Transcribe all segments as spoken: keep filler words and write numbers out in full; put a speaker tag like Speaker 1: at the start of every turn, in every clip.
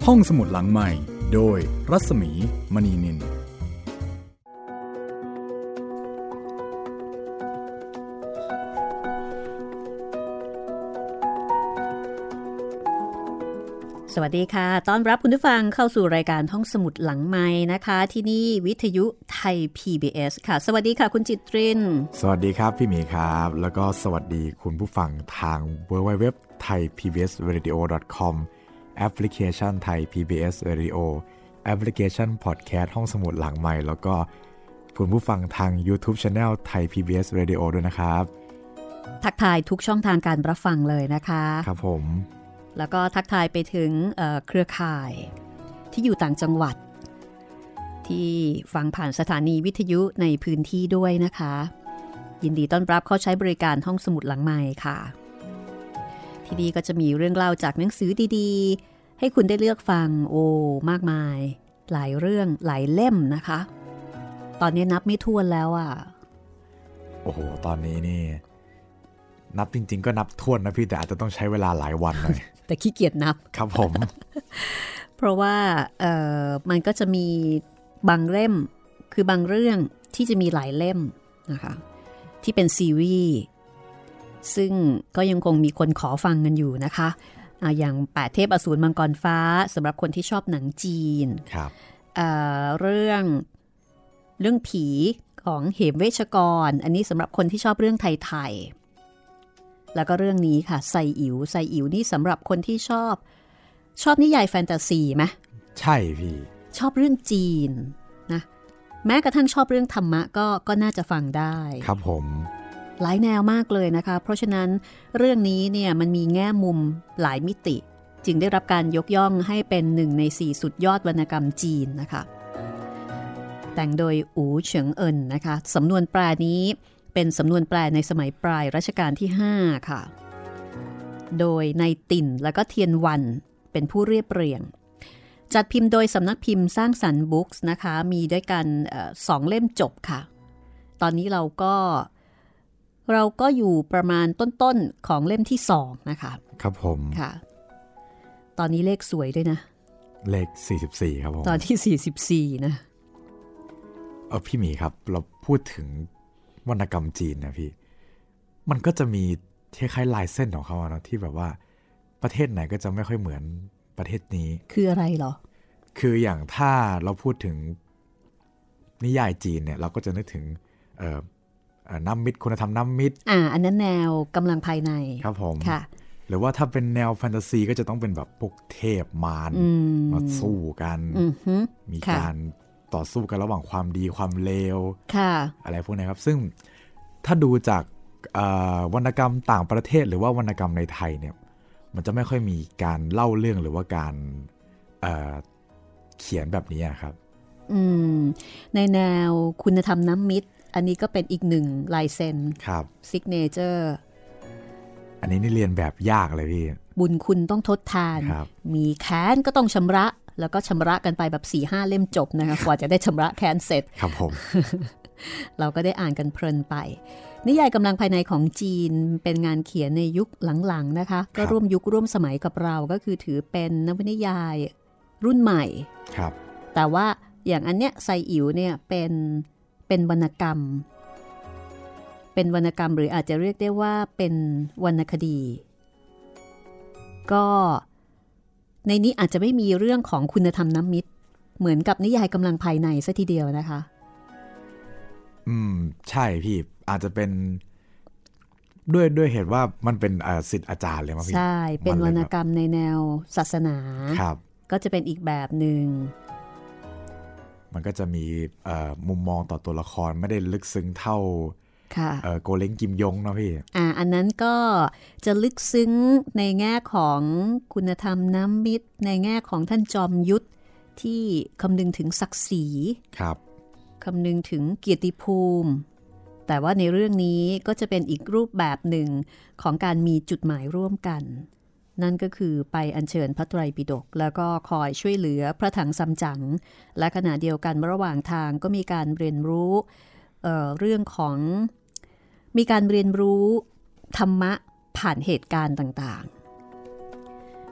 Speaker 1: ห้องสมุดหลังใหม่โดยรัศมีมณีนิน
Speaker 2: สวัสดีค่ะต้อนรับคุณผู้ฟังเข้าสู่รายการห้องสมุดหลังไมค์นะคะที่นี่วิทยุไทย พี บี เอส ค่ะสวัสดีค่ะคุณจิตริน
Speaker 3: สวัสดีครับพี่หมีครับแล้วก็สวัสดีคุณผู้ฟังทาง ดับเบิลยู ดับเบิลยู ดับเบิลยู ดอท ไทยพีบีเอสเรดิโอ ดอท คอม แอปพลิเคชัน Thai พี บี เอส Radio แอปพลิเคชัน Podcast ห้องสมุดหลังไมค์แล้วก็คุณผู้ฟังทาง YouTube Channel Thai พี บี เอส Radio ด้วยนะครับ
Speaker 2: ทักทายทุกช่องทางการรับฟังเลยนะคะ
Speaker 3: ครับผม
Speaker 2: แล้วก็ทักทายไปถึง เอ่อ เครือข่ายที่อยู่ต่างจังหวัดที่ฟังผ่านสถานีวิทยุในพื้นที่ด้วยนะคะยินดีต้อนรับเข้าใช้บริการห้องสมุดหลังไมค์ค่ะที่นี่ก็จะมีเรื่องเล่าจากหนังสือดีๆให้คุณได้เลือกฟังโอ้มากมายหลายเรื่องหลายเล่มนะคะตอนนี้นับไม่ถ้วนแล้วอ่ะ
Speaker 3: โอ้โหตอนนี้นี่นับจริงๆก็นับถ้วนนะพี่แต่อาจจะต้องใช้เวลาหลายวันหน่อย
Speaker 2: แต่ขี้เกียจนับ
Speaker 3: ครับผม
Speaker 2: เพราะว่าเอ่อมันก็จะมีบางเล่มคือบางเรื่องที่จะมีหลายเล่มนะคะที่เป็นซีรีส์ซึ่งก็ยังคงมีคนขอฟังกันอยู่นะคะอ่าอย่างแปดเทพอสูรมังกรฟ้าสำหรับคนที่ชอบหนังจีน
Speaker 3: ครับ
Speaker 2: เอ่อเรื่องเรื่องผีของเหมเวชกรอันนี้สำหรับคนที่ชอบเรื่องไทยๆแล้วก็เรื่องนี้ค่ะไซอิ๋วไซอิ๋วนี่สำหรับคนที่ชอบชอบนิยายแฟนตาซีไหม
Speaker 3: ใช่พี่
Speaker 2: ชอบเรื่องจีนนะแม้กระทั่งชอบเรื่องธรรมะก็ก็น่าจะฟังได้
Speaker 3: ครับผม
Speaker 2: หลายแนวมากเลยนะคะเพราะฉะนั้นเรื่องนี้เนี่ยมันมีแง่มุมหลายมิติจึงได้รับการยกย่องให้เป็นหนึ่งในสี่สุดยอดวรรณกรรมจีนนะคะแต่งโดยอู๋เฉิงเอินนะคะสำนวนแปลนี้เป็นสำนวนแปลในสมัยปลายรัชกาลที่ห้าค่ะโดยนายติ่นและก็เทียนวันเป็นผู้เรียบเรียงจัดพิมพ์โดยสำนักพิมพ์สร้างสรรค์บุ๊กส์นะคะมีด้วยกันสองเล่มจบค่ะตอนนี้เราก็เราก็อยู่ประมาณต้นๆของเล่มที่สองนะคะ
Speaker 3: ครับผม
Speaker 2: ค่ะตอนนี้เลขสวยด้วยนะ
Speaker 3: เลขสี่สิบสี่ครับผม
Speaker 2: ตอนที่สี่สิบสี่นะ
Speaker 3: เออพี่หมีครับเราพูดถึงวรรณกรรมจีนนะพี่มันก็จะมีคล้ายๆลายเส้นของเขาเนาะที่แบบว่าประเทศไหนก็จะไม่ค่อยเหมือนประเทศนี้
Speaker 2: คืออะไรเหรอ
Speaker 3: คืออย่างถ้าเราพูดถึงนิยายจีนเนี่ยเราก็จะนึกถึงเอ่อน้ำมิตรคุณธรรมน้ำมิตร
Speaker 2: อ่าอันนั้นแนวกำลังภายใน
Speaker 3: ครับผม
Speaker 2: ค่ะ
Speaker 3: หรือว่าถ้าเป็นแนวแฟนตาซีก็จะต้องเป็นแบบพวกเทพมารมาสู้กันมีการต่อสู้กันระหว่างความดีความเลวอะไรพวกนี้ครับซึ่งถ้าดูจากวรรณกรรมต่างประเทศหรือว่าวรรณกรรมในไทยเนี่ยมันจะไม่ค่อยมีการเล่าเรื่องหรือว่าการเอ่อเขียนแบบนี้ครับ
Speaker 2: อืมในแนวคุณธรรมน้ำมิตรอันนี้ก็เป็นอีกหนึ่งลายเซ็น
Speaker 3: ครับ
Speaker 2: ซิกเนเจอร์
Speaker 3: อันนี้นี่เรียนแบบยากเลยพี่
Speaker 2: บุญคุณต้องทดแทนมีแค้นก็ต้องชำระแล้วก็ชำระกันไปแบบ สี่ห้า เล่มจบนะคะกว่าจะได้ชำระแค้นเสร็จ
Speaker 3: ครับผม
Speaker 2: เราก็ได้อ่านกันเพลินไปนิยายกำลังภายในของจีนเป็นงานเขียนในยุคหลังๆนะคะก็ร่วมยุคร่วมสมัยกับเราก็คือถือเป็นนวนิยายรุ่นใหม่
Speaker 3: ครับ
Speaker 2: แต่ว่าอย่างอันเนี้ยไซอิ๋วเนี่ยเป็นเป็นวรรณกรรมเป็นวรรณกรรมหรืออาจจะเรียกได้ว่าเป็นวรรณคดีก็ในนี้อาจจะไม่มีเรื่องของคุณธรรมน้ำมิตรเหมือนกับนิยายกำลังภายในซะทีเดียวนะคะ
Speaker 3: อืมใช่พี่อาจจะเป็นด้วยด้วยเหตุว่ามันเป็นศิษย์อาจารย์เลยมั้งพี่
Speaker 2: ใช่เป็นวรรณกรรมในแนวศาสนา
Speaker 3: ครับ
Speaker 2: ก็จะเป็นอีกแบบหนึ่ง
Speaker 3: มันก็จะมีมุมมองต่อตัวละครไม่ได้ลึกซึ้งเท่าโกเล้งกิมยงเนาะพี่
Speaker 2: อ่าอันนั้นก็จะลึกซึ้งในแง่ของคุณธรรมน้ำมิตรในแง่ของท่านจอมยุทธที่คำนึงถึงศักดิ์ศรี
Speaker 3: ครับ
Speaker 2: คำนึงถึงเกียรติภูมิแต่ว่าในเรื่องนี้ก็จะเป็นอีกรูปแบบหนึ่งของการมีจุดหมายร่วมกันนั่นก็คือไปอัญเชิญพระไตรปิฎกแล้วก็คอยช่วยเหลือพระถังซัมจั๋งและขณะเดียวกันระหว่างทางก็มีการเรียนรู้เอ่อเรื่องของมีการเรียนรู้ธรรมะผ่านเหตุการณ์ต่างๆ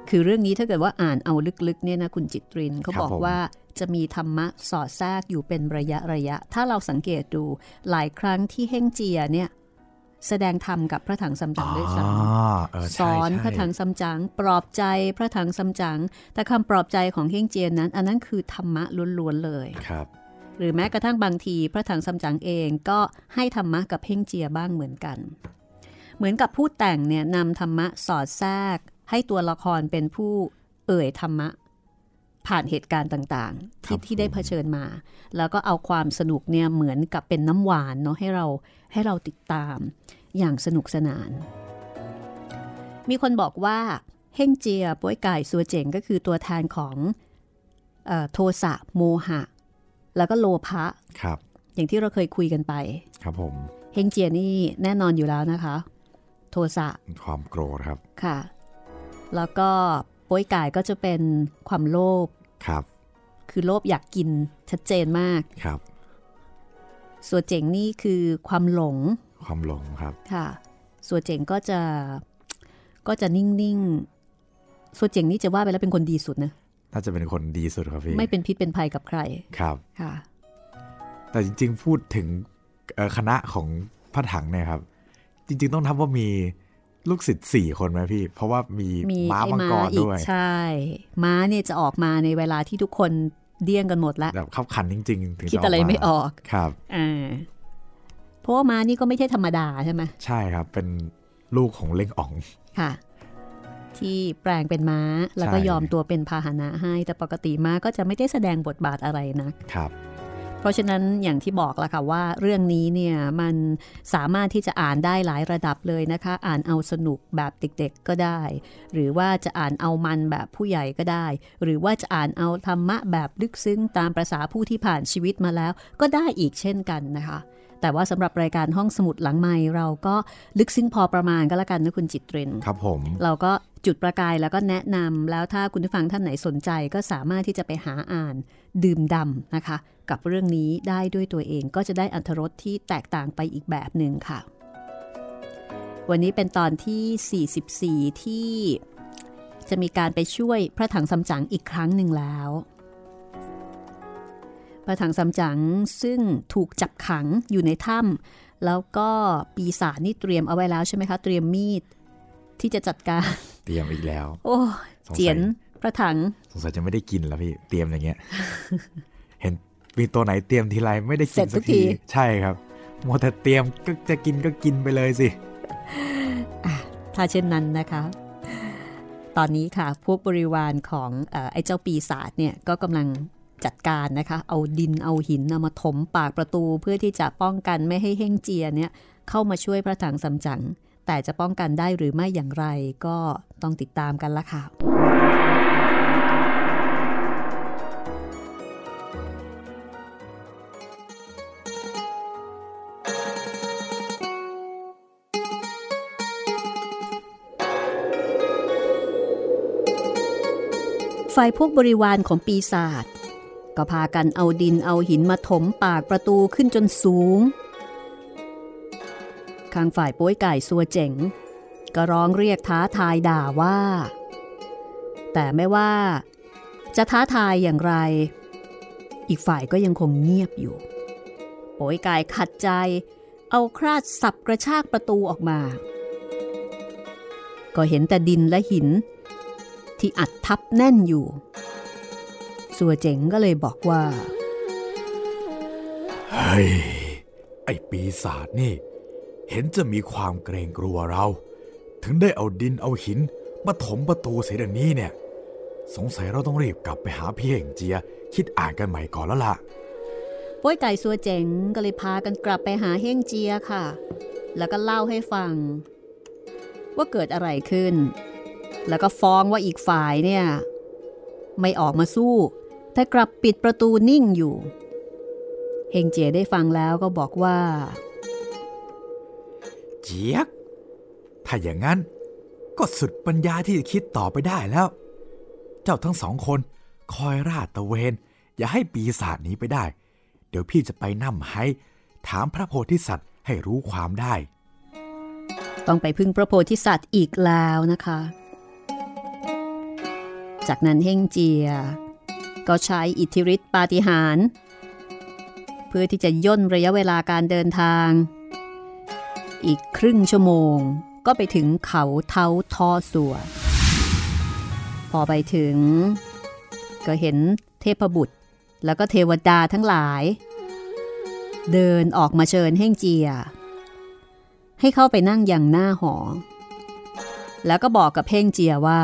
Speaker 2: คือเรื่องนี้ถ้าเกิดว่าอ่านเอาลึกๆเนี่ยนะคุณจิตรินเขาบอกว่าจะมีธรรมะสอดแทรกอยู่เป็นระยะระยะถ้าเราสังเกตดูหลายครั้งที่เฮ่งเจียเนี่ยแสดงธรรมกับพระถังซัมจั๋งด้วยซ้ำสอนพระถังซัมจั๋งปลอบใจพระถังซัมจั๋งแต่คำปลอบใจของเฮ่งเจียนั้นอันนั้นคือธรรมะล้วนๆเลย
Speaker 3: ครับ
Speaker 2: หรือแม้กระทั่งบางทีพระถังซัมจั๋งเองก็ให้ธรรมะกับเฮ่งเจียบ้างเหมือนกันเหมือนกับผู้แต่งเนี่ยนำธรรมะสอดแทรกให้ตัวละครเป็นผู้เอ่ยธรรมะผ่านเหตุการณ์ต่างๆที่ที่ได้เผชิญมาแล้วก็เอาความสนุกเนี่ยเหมือนกับเป็นน้ำหวานเนาะให้เราให้เราติดตามอย่างสนุกสนานมีคนบอกว่าเฮ่งเจียป้วยไก่ซัวเจ๋งก็คือตัวแทนของเอ่อโทสะโมหะแล้วก็โลภะ
Speaker 3: ครับ
Speaker 2: อย่างที่เราเคยคุยกันไป
Speaker 3: ครับผม
Speaker 2: เฮ่งเจียนี่แน่นอนอยู่แล้วนะคะโทสะ
Speaker 3: ความโกรธครับ
Speaker 2: ค่ะแล้วก็ป้วยไก่ก็จะเป็นความโลภ
Speaker 3: ครับ
Speaker 2: คือโลภอยากกินชัดเจนมาก
Speaker 3: ครับ
Speaker 2: ส่วนเจ๋งนี่คือความหลง
Speaker 3: ความหลงครับ
Speaker 2: ค่ะส่วนเจ๋งก็จะก็จะนิ่งๆส่วนเจ๋งนี่จะว่าไปแล้วเป็นคนดีสุดนะ
Speaker 3: น่าจะเป็นคนดีสุดครับพี่
Speaker 2: ไม่เป็นพิษเป็นภัยกับใคร
Speaker 3: ครับ
Speaker 2: ค่ะ
Speaker 3: แต่จริงๆพูดถึงคณะของพระถังเนี่ยครับจริงๆต้องทับว่ามีลูกศิษย์สี่คนไหมพี่เพราะว่ามีม้ามังกรด้วย
Speaker 2: ใช่ม้าเนี่ยจะออกมาในเวลาที่ทุกคนเดี้ยงกันหมดแล้ว
Speaker 3: แบบขับขันจริงๆถึงจะ
Speaker 2: คิดอะไรไม่ออก
Speaker 3: ครับ
Speaker 2: อ่าเพราะว่าม้านี่ก็ไม่ใช่ธรรมดาใช่ไหม
Speaker 3: ใช่ครับเป็นลูกของเล่งอ๋อง
Speaker 2: ค่ะที่แปลงเป็นม้าแล้วก็ยอมตัวเป็นพาหนะให้แต่ปกติม้าก็จะไม่ได้แสดงบทบาทอะไรนะครับเพราะฉะนั้นอย่างที่บอกแล้วค่ะว่าเรื่องนี้เนี่ยมันสามารถที่จะอ่านได้หลายระดับเลยนะคะอ่านเอาสนุกแบบเด็กๆก็ได้หรือว่าจะอ่านเอามันแบบผู้ใหญ่ก็ได้หรือว่าจะอ่านเอาธรรมะแบบลึกซึ้งตามประสาผู้ที่ผ่านชีวิตมาแล้วก็ได้อีกเช่นกันนะคะแต่ว่าสำหรับรายการห้องสมุดหลังไมค์เราก็ลึกซึ้งพอประมาณก็แล้วกันนะคุณจิตริน
Speaker 3: ครับผม
Speaker 2: เราก็จุดประกายแล้วก็แนะนำแล้วถ้าคุณผู้ฟังท่านไหนสนใจก็สามารถที่จะไปหาอ่านดื่มด่ำนะคะกับเรื่องนี้ได้ด้วยตัวเองก็จะได้อรรถรสที่แตกต่างไปอีกแบบหนึ่งค่ะวันนี้เป็นตอนที่สี่สิบสี่ที่จะมีการไปช่วยพระถังซัมจั๋งอีกครั้งหนึ่งแล้วพระถังซัมจั๋งซึ่งถูกจับขังอยู่ในถ้ำแล้วก็ปีศาจนี่เตรียมเอาไว้แล้วใช่ไหมคะเตรียมมีดที่จะจัดการ
Speaker 3: เตรียมอีกแล้ว
Speaker 2: โอ้เจียนพระถัง
Speaker 3: สงสัยจะไม่ได้กินแล้วพี่เตรียมอย่างเงี้ย เห็นมีตัวไหนเตรียมทีไรไม่ได้กินสักทีใช่ครับมัวแต่เตรียมก็จะกินก็กินไปเลยสิ
Speaker 2: ถ้าเช่นนั้นนะคะตอนนี้ค่ะพวกบริวารของเอ่อไอ้เจ้าปีศาจเนี่ยก็กำลังจัดการนะคะเอาดินเอาหินเอามาถมปากประตูเพื่อที่จะป้องกันไม่ให้เฮ่งเจียเนี่ยเข้ามาช่วยพระถังซัมจั๋งแต่จะป้องกันได้หรือไม่อย่างไรก็ต้องติดตามกันละค่ะฝ่ายพวกบริวารของปีศาจก็พากันเอาดินเอาหินมาถมปากประตูขึ้นจนสูงข้างฝ่ายป้วยไก่ซัวเจ๋งก็ร้องเรียกท้าทายด่าว่าแต่ไม่ว่าจะท้าทายอย่างไรอีกฝ่ายก็ยังคงเงียบอยู่ป้วยไก่ขัดใจเอาคราดสับกระชากประตูออกมาก็เห็นแต่ดินและหินที่อัดทับแน่นอยู่ซัวเจ๋งก็เลยบอกว่า
Speaker 3: เฮ้ยไอ้ปีศาจนี่เห็นจะมีความเกรงกลัวเราถึงได้เอาดินเอาหินมาถมประตูเสียดังนี้เนี่ยสงสัยเราต้องรีบกลับไปหาพี่เฮ่งเจียคิดอ่านกันใหม่ก่อนแล้วล่ะ
Speaker 2: ป้วยไก่ซัวเจ๋งก็เลยพากันกลับไปหาเฮ่งเจียค่ะแล้วก็เล่าให้ฟังว่าเกิดอะไรขึ้นแล้วก็ฟ้องว่าอีกฝ่ายเนี่ยไม่ออกมาสู้แต่กลับปิดประตูนิ่งอยู่เฮงเจียได้ฟังแล้วก็บอกว่า
Speaker 3: เจี๊ยกถ้าอย่างนั้นก็สุดปัญญาที่จะคิดต่อไปได้แล้วเจ้าทั้งสองคนคอยราดตะเวนอย่าให้ปีศาจหนีไปได้เดี๋ยวพี่จะไปนำให้ถามพระโพธิสัตว์ให้รู้ความได้
Speaker 2: ต้องไปพึ่งพระโพธิสัตว์อีกแล้วนะคะจากนั้นเฮ่งเจียก็ใช้อิทธิฤทธิปาฏิหาริย์เพื่อที่จะย่นระยะเวลาการเดินทางอีกครึ่งชั่วโมงก็ไปถึงเขาเท้าทอสัวพอไปถึงก็เห็นเทพบุตรแล้วก็เทวดาทั้งหลายเดินออกมาเชิญเฮ่งเจียให้เข้าไปนั่งอย่างหน้าหอแล้วก็บอกกับเฮ่งเจียว่า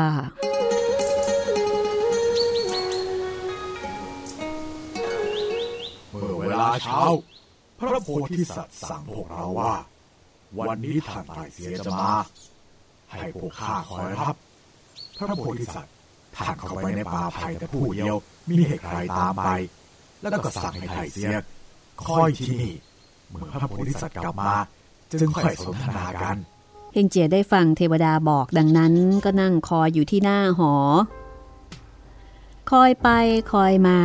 Speaker 3: เมื่อเวลาเช้าพระโพธิสัตว์สั่งพวกเราว่าวันนี้ท่านไต่เสียจะมาให้พวกข้าคอยรับพระโพธิสัตว์ท่านเข้าไปในป่าไผ่แต่ผู้เดียวมิให้ใครตามไปแล้วก็สั่งให้ไต่เสียคอยที่นี่เมื่อพระโพธิสัตว์กลับมาจึงค่อยสนทนากัน
Speaker 2: เฮงเจียได้ฟังเทวดาบอกดังนั้นก็นั่งคอยอยู่ที่หน้าหอคอยไปคอยมา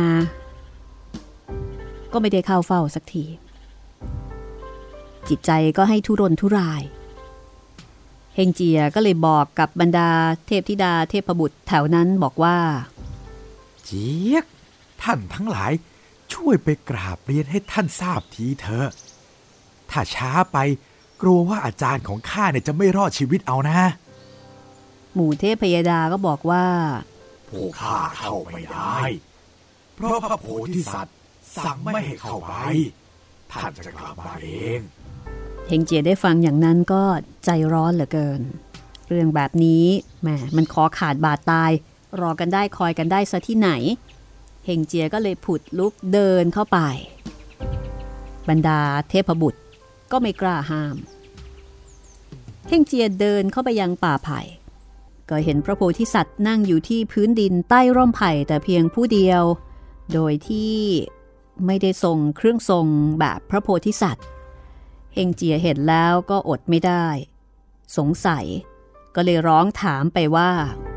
Speaker 2: ก็ไม่ได้เข้าเฝ้าสักทีจิตใจก็ให้ทุรนทุรายเฮงเจียก็เลยบอกกับบรรดาเทพธิดาเทพบุตรแถวนั้นบอกว่า
Speaker 3: เจี๊ยกท่านทั้งหลายช่วยไปกราบเรียนให้ท่านทราบทีเถอะถ้าช้าไปกลัวว่าอาจารย์ของข้าเนี่ยจะไม่รอดชีวิตเอานะ
Speaker 2: หมู่เทพพยดาก็บอกว่า
Speaker 3: พวกข้าเข้าไม่ได้เพราะพระโพธิสัตว์สั่งไม่ให้เข้าไปท่านจะกลับมาเอง
Speaker 2: เฮงเจียได้ฟังอย่างนั้นก็ใจร้อนเหลือเกินเรื่องแบบนี้แหมมันขอขาดบาดตายรอกันได้คอยกันได้ซะที่ไหนเฮงเจียก็เลยผุดลุกเดินเข้าไปบรรดาเทพบุตรก็ไม่กล้าห้ามเฮงเจียเดินเข้าไปยังป่าไผ่ก็เห็นพระโพธิสัตว์นั่งอยู่ที่พื้นดินใต้ร่มไผ่แต่เพียงผู้เดียวโดยที่ไม่ได้ทรงเครื่องทรงแบบพระโพธิสัตว์เฮงเจียเห็นแล้วก็อดไม่ได้สงสัยก็เลยร้องถามไปว่า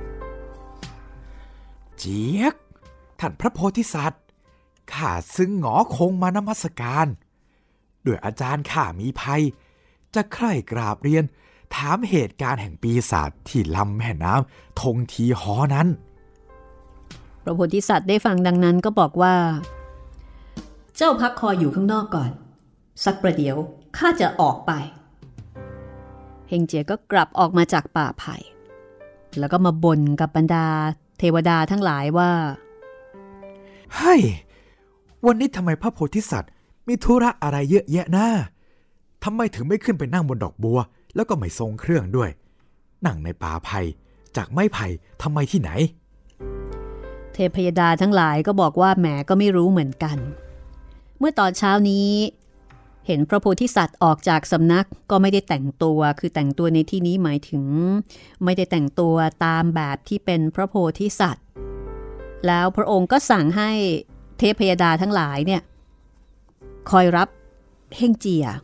Speaker 3: เจี๊ยกท่านพระโพธิสัตว์ข้าซึ่งหงอคงมานมัสการด้วยอาจารย์ข้ามีภัยจะใคร่กราบเรียนถามเหตุการณ์แห่งปีศาจที่ลำแม่น้ำทงทีหอนั้น
Speaker 2: พระโพธิสัตว์ได้ฟังดังนั้นก็บอกว่าเจ้าพักคอยอยู่ข้างนอกก่อนสักประเดี๋ยวข้าจะออกไปเฮงเจียก็กลับออกมาจากป่าไผ่แล้วก็มาบ่นกับบรรดาเทวดาทั้งหลายว่า
Speaker 3: เฮ้ยวันนี้ทำไมพระโพธิสัตว์มีธุระอะไรเยอะแยะนะทำไมถึงไม่ขึ้นไปนั่งบนดอกบัวแล้วก็ไม่ทรงเครื่องด้วยนั่งในป่าไผ่จากไม้ไผ่ทำไมที่ไหน
Speaker 2: เทพยดาทั้งหลายก็บอกว่าแหมก็ไม่รู้เหมือนกันเมื่อตอนเช้านี้เห็นพระโพธิสัตว์ออกจากสำนักก็ไม่ได้แต่งตัวคือแต่งตัวในที่นี้หมายถึงไม่ได้แต่งตัวตามแบบที่เป็นพระโพธิสัตว์แล้วพระองค์ก็สั่งให้เทพยดาทั้งหลายเนี่ยคอยรับเฮ่งเจีย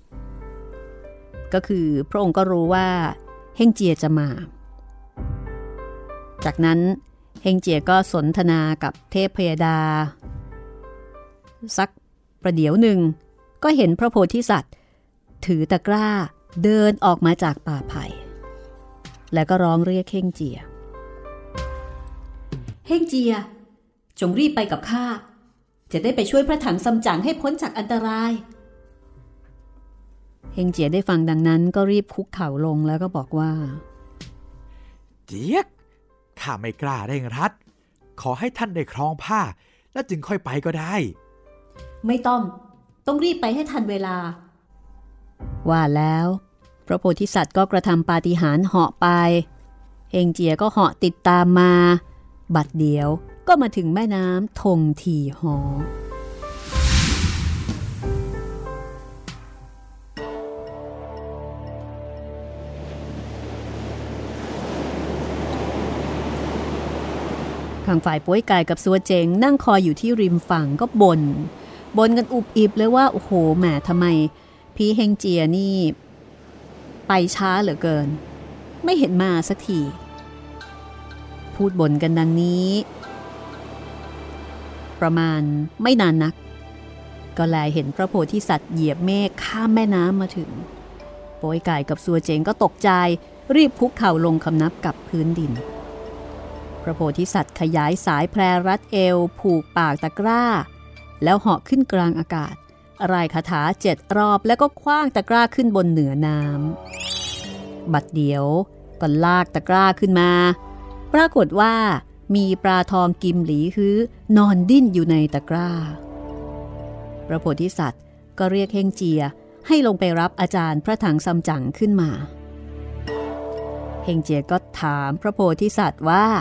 Speaker 2: ก็คือพระองค์ก็รู้ว่าเฮ่งเจียจะมาจากนั้นเฮ่งเจียก็สนทนากับเทพยดาสักประเดี๋ยวหนึ่งก็เห็นพระโพธิสัตว์ถือตะกร้าเดินออกมาจากป่าไผ่แล้วก็ร้องเรียกเฮ่งเจียเฮ่งเจียจงรีบไปกับข้าจะได้ไปช่วยพระถังซัมจั๋งให้พ้นจากอันตรายเฮงเจียได้ฟังดังนั้นก็รีบคุกเข่าลงแล้วก็บอกว่า
Speaker 3: เจี๊ยกข้าไม่กล้าเร่งรัดขอให้ท่านได้ครองผ้าแล้วจึงค่อยไปก็ได้
Speaker 2: ไม่ต้องต้องรีบไปให้ทันเวลาว่าแล้วพระโพธิสัตว์ก็กระทำปาฏิหาริย์เหาะไปเฮงเจียก็เหาะติดตามมาบัดเดียวก็มาถึงแม่น้ำทงทีหอทางฝ่ายป้วยไก่กับซัวเจงนั่งคอยอยู่ที่ริมฝั่งก็บ่นบ่นกันอุบอิบเลยว่าโอ้โหแหมทำไมพี่เฮงเจียนี่ไปช้าเหลือเกินไม่เห็นมาสักทีพูดบ่นกันดังนี้ประมาณไม่นานนักก็แลเห็นพระโพธิสัตว์เหยียบเมฆข้ามแม่น้ำมาถึงโป้ยไก่กับซัวเจงก็ตกใจรีบคุกเข่าลงคำนับกับพื้นดินพระโพธิสัตว์ขยายสายแพรรัดเอวผูกปากตะกร้าแล้วเหาะขึ้นกลางอากาศรายคาถาเจ็ดรอบแล้วก็คว้างตะกร้าขึ้นบนเหนือน้ำบัดเดียวก็ลากตะกร้าขึ้นมาปรากฏว่ามีปลาทองกิมหลีฮื้อนอนดิ้นอยู่ในตะกร้าพระโพธิสัตว์ก็เรียกเฮงเจียให้ลงไปรับอาจารย์พระถังซัมจั๋งขึ้นมาเฮงเจียก็ถามพระโพธิสัตว์ว่า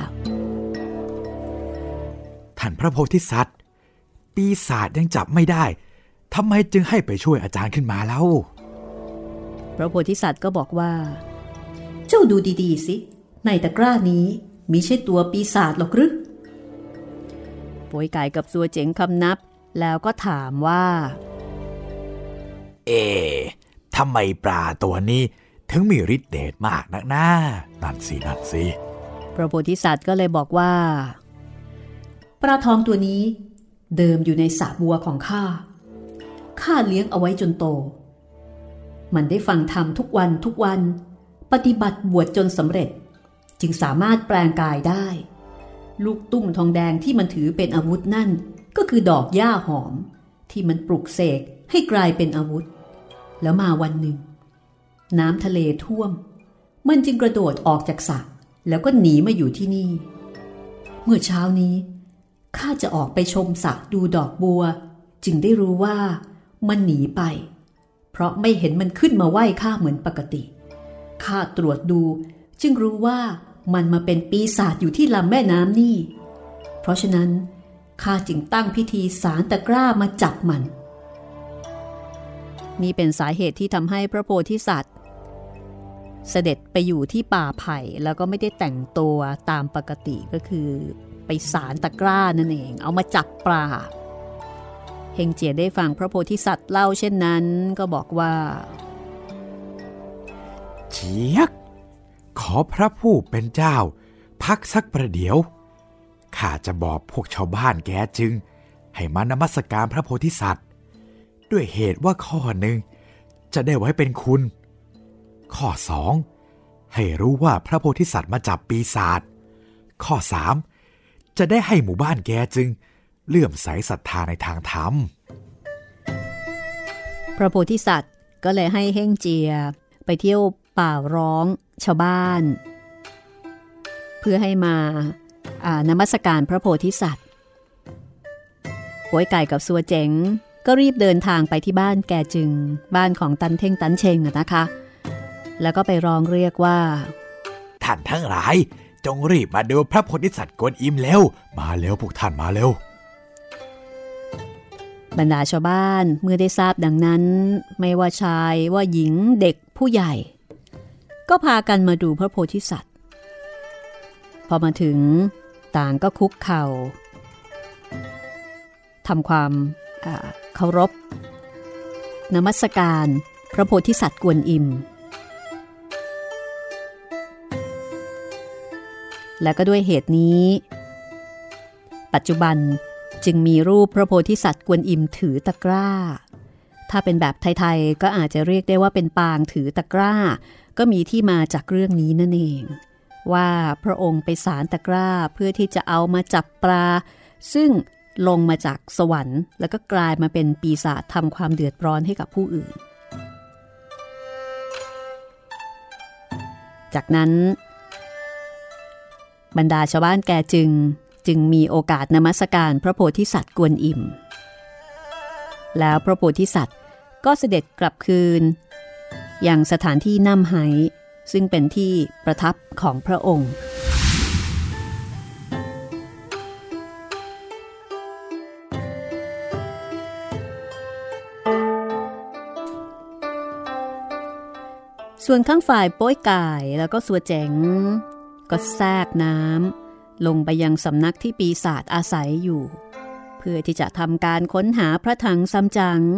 Speaker 3: ท่านพระโพธิสัตว์ปีศาจยังจับไม่ได้ทำไมจึงให้ไปช่วยอาจารย์ขึ้นมาเล่า
Speaker 2: พระโพธิสัตว์ก็บอกว่าเจ้าดูดีๆสิในตะกร้านี้มิใช่ตัวปีศาจหรอกหรือโป๋ยไก่กับซัวเจ๋งคำนับแล้วก็ถามว่า
Speaker 3: เอ๊ะทำไมปลาตัวนี้ถึงมีฤทธิ์เดชมากนักหน้านั่นสินั่นสิ
Speaker 2: พระโพธิสัตว์ก็เลยบอกว่าปลาทองตัวนี้เดิมอยู่ในสระบัวของข้าข้าเลี้ยงเอาไว้จนโตมันได้ฟังธรรมทุกวันทุกวันปฏิบัติบวชจนสำเร็จจึงสามารถแปลงกายได้ลูกตุ้มทองแดงที่มันถือเป็นอาวุธนั่นก็คือดอกหญ้าหอมที่มันปลุกเสกให้กลายเป็นอาวุธแล้วมาวันหนึ่งน้ำทะเลท่วมมันจึงกระโดดออกจากสระแล้วก็หนีมาอยู่ที่นี่เมื่อเช้านี้ข้าจะออกไปชมสระดูดอกบัวจึงได้รู้ว่ามันหนีไปเพราะไม่เห็นมันขึ้นมาไหว้ข้าเหมือนปกติข้าตรวจดูจึงรู้ว่ามันมาเป็นปีศาจอยู่ที่ลำแม่น้ำนี่เพราะฉะนั้นข้าจึงตั้งพิธีสารตะกร้ามาจับมันนี่เป็นสาเหตุที่ทำให้พระโพธิสัตว์เสด็จไปอยู่ที่ป่าไผ่แล้วก็ไม่ได้แต่งตัวตามปกติก็คือไปสารตะกร้านั่นเองเอามาจับปลาเฮงเจียได้ฟังพระโพธิสัตว์เล่าเช่นนั้นก็บอกว่า
Speaker 3: เจียกขอพระผู้เป็นเจ้าพักสักประเดี๋ยวข้าจะบอกพวกชาวบ้านแกจึงให้มานมัสการพระโพธิสัตว์ด้วยเหตุว่าข้อหนึ่งจะได้ไว้เป็นคุณข้อสองให้รู้ว่าพระโพธิสัตว์มาจับปีศาจข้อสามจะได้ให้หมู่บ้านแกจึงเลื่อมใสศรัทธาในทางธรรม
Speaker 2: พระโพธิสัตว์ก็เลยให้เฮ่งเจียไปเที่ยวป่าร้องชาวบ้านเพื่อให้มานมัสการพระโพธิสัตว์ป๋วยไก่กับซัวเจ๋งก็รีบเดินทางไปที่บ้านแกจึงบ้านของตันเท่งตันเชงนะคะแล้วก็ไปร้องเรียกว่า
Speaker 3: ท่านทั้งหลายจงรีบมาดูพระโพธิสัตว์กวนอิมเร็วมาเร็วพวกท่านมาเร็ว
Speaker 2: บรรดาชาวบ้านเมื่อได้ทราบดังนั้นไม่ว่าชายว่าหญิงเด็กผู้ใหญ่ก็พากันมาดูพระโพธิสัตว์พอมาถึงต่างก็คุกเข่าทำความเคารพนมัสการพระโพธิสัตว์กวนอิมและก็ด้วยเหตุนี้ปัจจุบันจึงมีรูปพระโพธิสัตว์กวนอิมถือตะกร้าถ้าเป็นแบบไทยๆก็อาจจะเรียกได้ว่าเป็นปางถือตะกร้าก็มีที่มาจากเรื่องนี้นั่นเองว่าพระองค์ไปสารตะกร้าเพื่อที่จะเอามาจับปลาซึ่งลงมาจากสวรรค์แล้วก็กลายมาเป็นปีศาจทำความเดือดร้อนให้กับผู้อื่นจากนั้นบรรดาชาวบ้านแกจึงจึงมีโอกาสนมัสการพระโพธิสัตว์กวนอิมแล้วพระโพธิสัตว์ก็เสด็จกลับคืนยังสถานที่น่ำไห้ซึ่งเป็นที่ประทับของพระองค์ส่วนข้างฝ่ายโป้ยก่ายแล้วก็สัวเจ๋งก็แทรกน้ำลงไปยังสำนักที่ปีศาจอาศัยอยู่เพื่อที่จะทำการค้นหาพระถังซัมจั๋ง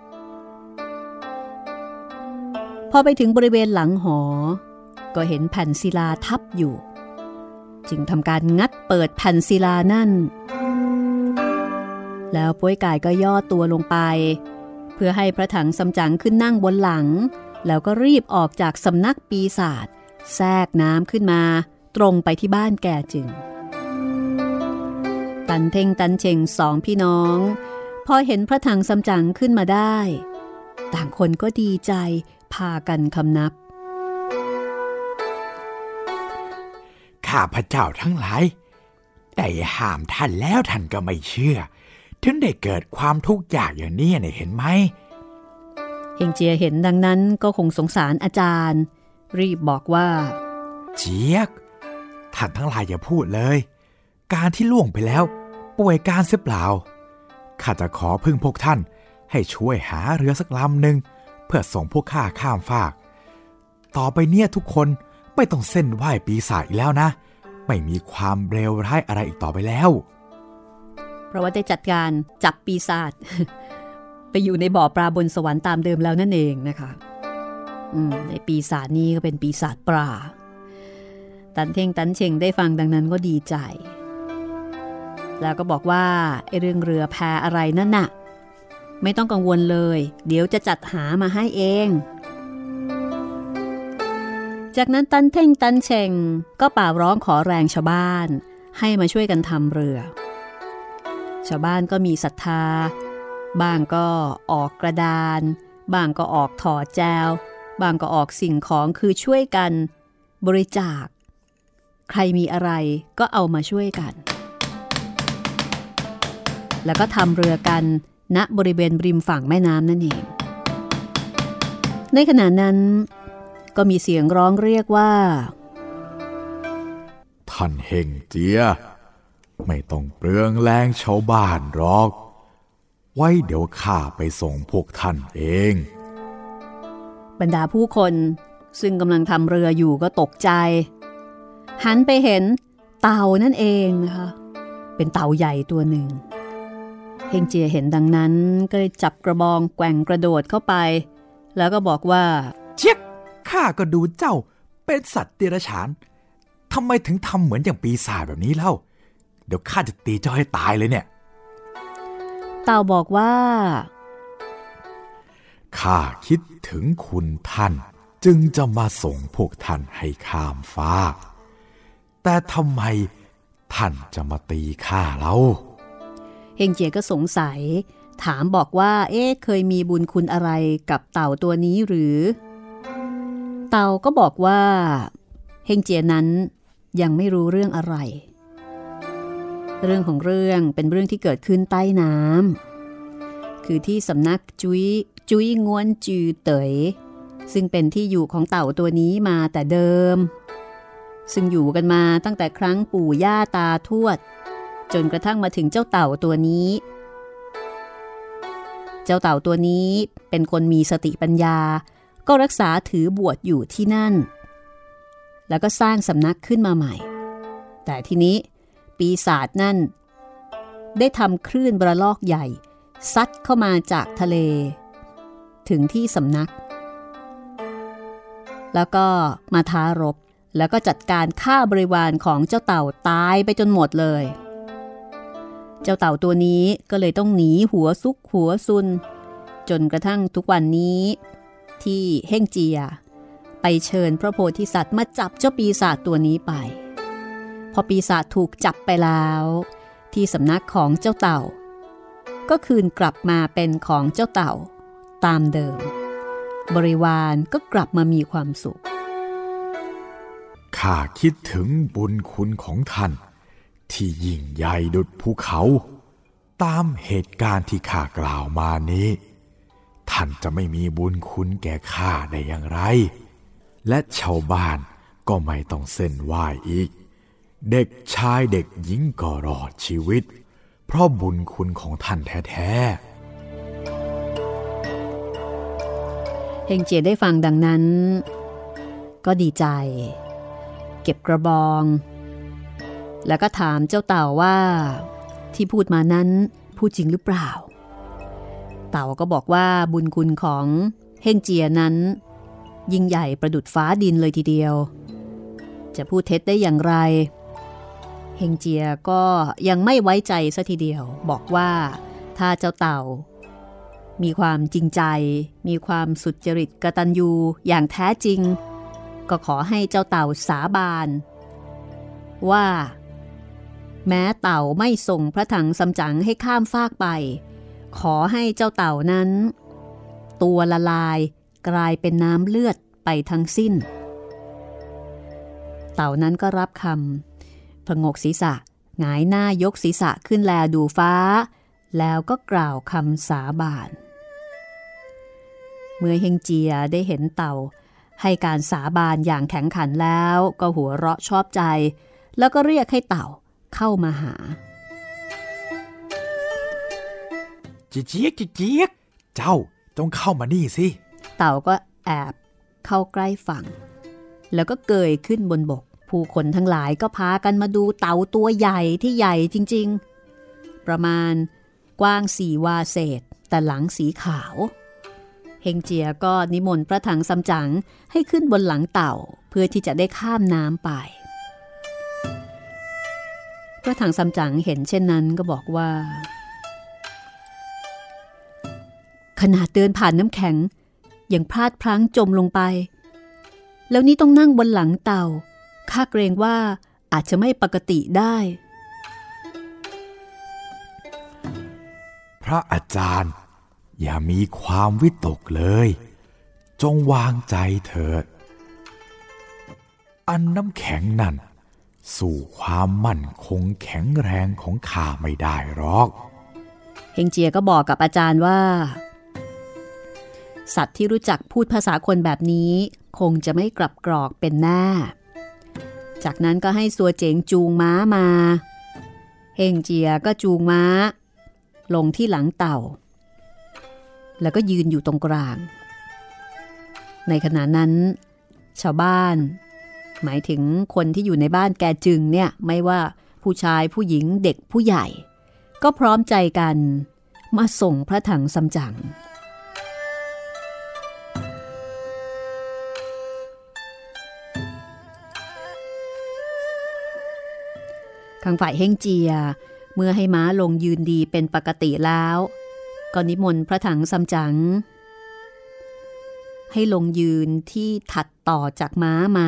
Speaker 2: พอไปถึงบริเวณหลังหอก็เห็นแผ่นศิลาทับอยู่จึงทำการงัดเปิดแผ่นศิลานั่นแล้วโป้ยก่ายก็ย่อตัวลงไปเพื่อให้พระถังซัมจั๋งขึ้นนั่งบนหลังแล้วก็รีบออกจากสำนักปีศาจแทรกน้ำขึ้นมาตรงไปที่บ้านแกจึงตันเท่งตันเชงสองพี่น้องพอเห็นพระถังซัมจั๋งขึ้นมาได้ต่างคนก็ดีใจพากันคำนับ
Speaker 4: ข้าพเจ้าทั้งหลายได้ห้ามท่านแล้วท่านก็ไม่เชื่อถึงได้เกิดความทุกข์ยากอย่างนี้เนี่ยเห็นไหม
Speaker 2: เฮงเจียเห็นดังนั้นก็คงสงสารอาจารย์รีบบอกว่า
Speaker 4: เจี๊ยกท่านทั้งหลายอย่าพูดเลยการที่ล่วงไปแล้วป่วยการเสียเปล่าข้าจะขอพึ่งพวกท่านให้ช่วยหาเรือสักลำหนึ่งเพื่อส่งพวกข้าข้ามฟากต่อไปเนี่ยทุกคนไม่ต้องเส้นไหว้ปีศาจอีกแล้วนะไม่มีความเลวร้ายอะไรอีกต่อไปแล้ว
Speaker 2: เพราะว่าได้จัดการจับปีศาจ ไปอยู่ในบ่อปลาบนสวรรค์ตามเดิมแล้วนั่นเองนะคะอืมในปีศาจนี้ก็เป็นปีศาจปลาตันเท่งตันเชงได้ฟังดังนั้นก็ดีใจแล้วก็บอกว่าไอ้เรื่องเรือแพอะไรนั่นน่ะไม่ต้องกังวลเลยเดี๋ยวจะจัดหามาให้เองจากนั้นตันเท่งตันเชงก็ป่าร้องขอแรงชาวบ้านให้มาช่วยกันทำเรือชาวบ้านก็มีศรัทธาบ้างก็ออกกระดานบ้างก็ออกถอแจวบ้างก็ออกสิ่งของคือช่วยกันบริจาคใครมีอะไรก็เอามาช่วยกันแล้วก็ทำเรือกันณบริเวณริมฝั่งแม่น้ำนั่นเองในขณะนั้นก็มีเสียงร้องเรียกว่า
Speaker 3: ท่านเฮงเจียไม่ต้องเปลืองแรงชาวบ้านหรอกไว้เดี๋ยวข้าไปส่งพวกท่านเอง
Speaker 2: บรรดาผู้คนซึ่งกำลังทำเรืออยู่ก็ตกใจหันไปเห็นเต่านั่นเองนะคะเป็นเต่าใหญ่ตัวหนึ่งเฮงเจียเห็นดังนั้นก็เลยจับกระบองแกว่งกระโดดเข้าไปแล้วก็บอกว่า
Speaker 4: เจี๊ยกข้าก็ดูเจ้าเป็นสัตว์เดรัจฉานทำไมถึงทำเหมือนอย่างปีศาจแบบนี้เล่าเดี๋ยวข้าจะตีเจ้าให้ตายเลยเนี่ย
Speaker 2: เต่าบอกว่า
Speaker 3: ข้าคิดถึงคุณท่านจึงจะมาส่งพวกท่านให้ข้ามฟากแต่ทำไมท่านจะมาตีข้าเล่า
Speaker 2: เฮงเจียก็สงสัยถามบอกว่าเอ๊ะเคยมีบุญคุณอะไรกับเต่าตัวนี้หรือเต่าก็บอกว่าเฮงเจียนั้นยังไม่รู้เรื่องอะไรเรื่องของเรื่องเป็นเรื่องที่เกิดขึ้นใต้น้ำคือที่สำนักจุ้ยจุ้ยง้วนจือเต๋ยซึ่งเป็นที่อยู่ของเต่าตัวนี้มาแต่เดิมซึ่งอยู่กันมาตั้งแต่ครั้งปู่ย่าตาทวดจนกระทั่งมาถึงเจ้าเต่าตัวนี้เจ้าเต่าตัวนี้เป็นคนมีสติปัญญาก็รักษาถือบวชอยู่ที่นั่นแล้วก็สร้างสำนักขึ้นมาใหม่แต่ทีนี้ปีศาจนั่นได้ทำคลื่นระลอกใหญ่ซัดเข้ามาจากทะเลถึงที่สำนักแล้วก็มาท้ารบแล้วก็จัดการฆ่าบริวารของเจ้าเต่าตายไปจนหมดเลยเจ้าเต่าตัวนี้ก็เลยต้องหนีหัวซุกหัวซุนจนกระทั่งทุกวันนี้ที่เฮ่งเจียไปเชิญพระโพธิสัตว์มาจับเจ้าปีศาจตัวนี้ไปพอปีศาจถูกจับไปแล้วที่สำนักของเจ้าเต่าก็คืนกลับมาเป็นของเจ้าเต่าตามเดิมบริวารก็กลับมามีความสุข
Speaker 3: ข้าคิดถึงบุญคุณของท่านที่ยิ่งใหญ่ดุจภูเขาตามเหตุการณ์ที่ข้ากล่าวมานี้ท่านจะไม่มีบุญคุณแก่ข้าได้อย่างไรและชาวบ้านก็ไม่ต้องเส้นไหว้อีกเด็กชายเด็กหญิงก็รอดชีวิตเพราะบุญคุณของท่านแท้
Speaker 2: ๆเฮงเจียได้ฟังดังนั้นก็ดีใจเก็บกระบองแล้วก็ถามเจ้าเต่าว่าที่พูดมานั้นพูดจริงหรือเปล่าเต่าก็บอกว่าบุญคุณของเฮงเจียนั้นยิ่งใหญ่ประดุจฟ้าดินเลยทีเดียวจะพูดเท็จได้อย่างไรเฮงเจียก็ยังไม่ไว้ใจซะทีเดียวบอกว่าถ้าเจ้าเต่ามีความจริงใจมีความสุจริตกตัญญูอย่างแท้จริงก็ขอให้เจ้าเต่าสาบานว่าแม้เต่าไม่ส่งพระถังซัมจั๋งให้ข้ามฟากไปขอให้เจ้าเต่านั้นตัวละลายกลายเป็นน้ำเลือดไปทั้งสิ้นเต่านั้นก็รับคำผงกศีรษะหงายหน้ายกศีรษะขึ้นแลดูฟ้าแล้วก็กล่าวคำสาบานเมื่อเฮงเจียได้เห็นเต่าให้การสาบานอย่างแข็งขันแล้วก็หัวเราะชอบใจแล้วก็เรียกให้เต่าเข้ามาหา
Speaker 4: จิเจี๊ยกจิเจี๊ยกเจ้าจงเข้ามานี่สิ
Speaker 2: เต่าก็แอบเข้าใกล้ฝั่งแล้วก็เกยขึ้นบนบกผู้คนทั้งหลายก็พากันมาดูเต่าตัวใหญ่ที่ใหญ่จริงๆประมาณกว้างสี่วาเศษแต่หลังสีขาวเฮงเจียก็นิมนต์พระถังซัมจั๋งให้ขึ้นบนหลังเต่าเพื่อที่จะได้ข้ามน้ำไปพระถังซัมจั๋งเห็นเช่นนั้นก็บอกว่าขนาดเดินผ่านน้ำแข็งยังพลาดพลั้งจมลงไปแล้วนี่ต้องนั่งบนหลังเต่าข้าเกรงว่าอาจจะไม่ปกติได้
Speaker 4: พระอาจารย์อย่ามีความวิตกเลยจงวางใจเถิดอันน้ำแข็งนั่นสู่ความมั่นคงแข็งแรงของข้าไม่ได้หรอก
Speaker 2: เฮงเจียก็บอกกับอาจารย์ว่าสัตว์ที่รู้จักพูดภาษาคนแบบนี้คงจะไม่กลับกรอกเป็นแน่จากนั้นก็ให้ซัวเจ๋งจูงม้ามาเฮงเจียก็จูงม้าลงที่หลังเต่าแล้วก็ยืนอยู่ตรงกลางในขณะนั้นชาวบ้านหมายถึงคนที่อยู่ในบ้านแกจึงเนี่ยไม่ว่าผู้ชายผู้หญิงเด็กผู้ใหญ่ก็พร้อมใจกันมาส่งพระถังซัมจั๋งข้างฝ่ายเฮงเจียเมื่อให้ม้าลงยืนดีเป็นปกติแล้วก็นิมนต์พระถังซัมจั๋งให้ลงยืนที่ถัดต่อจากม้ามา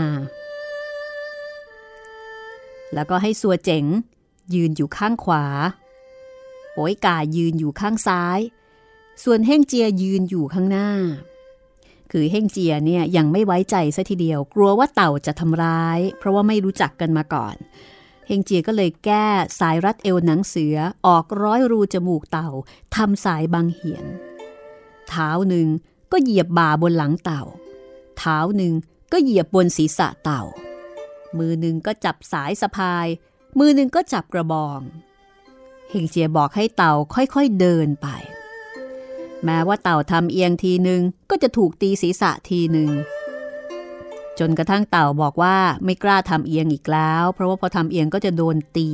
Speaker 2: แล้วก็ให้ซัวเจ๋งยืนอยู่ข้างขวาโป๋ยก่ายืนอยู่ข้างซ้ายส่วนเฮงเจียยืนอยู่ข้างหน้าคือเฮงเจียเนี่ยยังไม่ไว้ใจซะทีเดียวกลัวว่าเต่าจะทำร้ายเพราะว่าไม่รู้จักกันมาก่อนเฮงเจียก็เลยแก้สายรัดเอวหนังเสือออกร้อยรูจมูกเต่าทำสายบังเหียนเท้าหนึ่งก็เหยียบบ่าบนหลังเต่าเท้าหนึ่งก็เหยียบบนศีรษะเต่ามือหนึ่งก็จับสายสะพายมือหนึ่งก็จับกระบองเฮงเจียบอกให้เต่าค่อยๆเดินไปแม้ว่าเต่าทำเอียงทีหนึ่งก็จะถูกตีศีรษะทีหนึ่งจนกระทั่งเต่าบอกว่าไม่กล้าทำเอียงอีกแล้วเพราะว่าพอทำเอียงก็จะโดนตี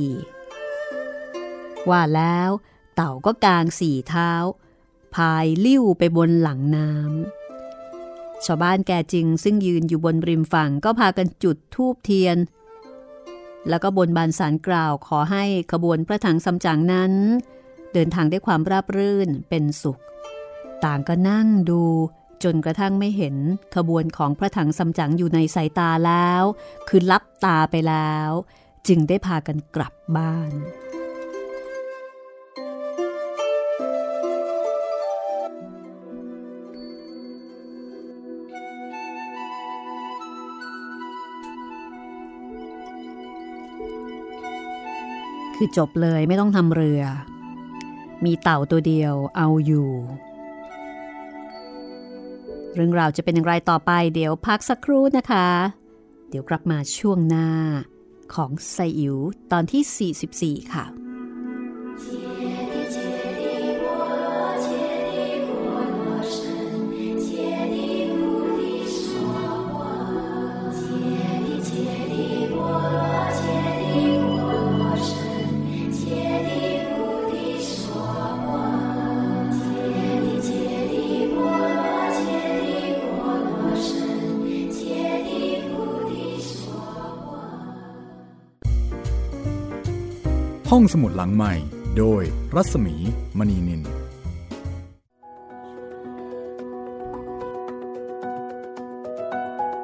Speaker 2: ว่าแล้วเต่าก็กางสี่เท้าพายลิ้วไปบนหลังน้ำชาวบ้านแกจึงซึ่งยืนอยู่บนริมฝั่งก็พากันจุดธูปเทียนแล้วก็บนบานศาลกล่าวขอให้ขบวนพระถังซัมจั๋งนั้นเดินทางด้วยความราบรื่นเป็นสุขต่างก็นั่งดูจนกระทั่งไม่เห็นขบวนของพระถังซัมจั๋งอยู่ในสายตาแล้วคือลับตาไปแล้วจึงได้พากันกลับบ้านคือจบเลยไม่ต้องทำเรือมีเต่าตัวเดียวเอาอยู่เรื่องราวจะเป็นอย่างไรต่อไปเดี๋ยวพักสักครู่นะคะเดี๋ยวกลับมาช่วงหน้าของไซอิ๋วตอนที่สี่สิบสี่ค่ะ
Speaker 1: ห้องสมุดหลังใหม่โดยรัศมีมณีนิน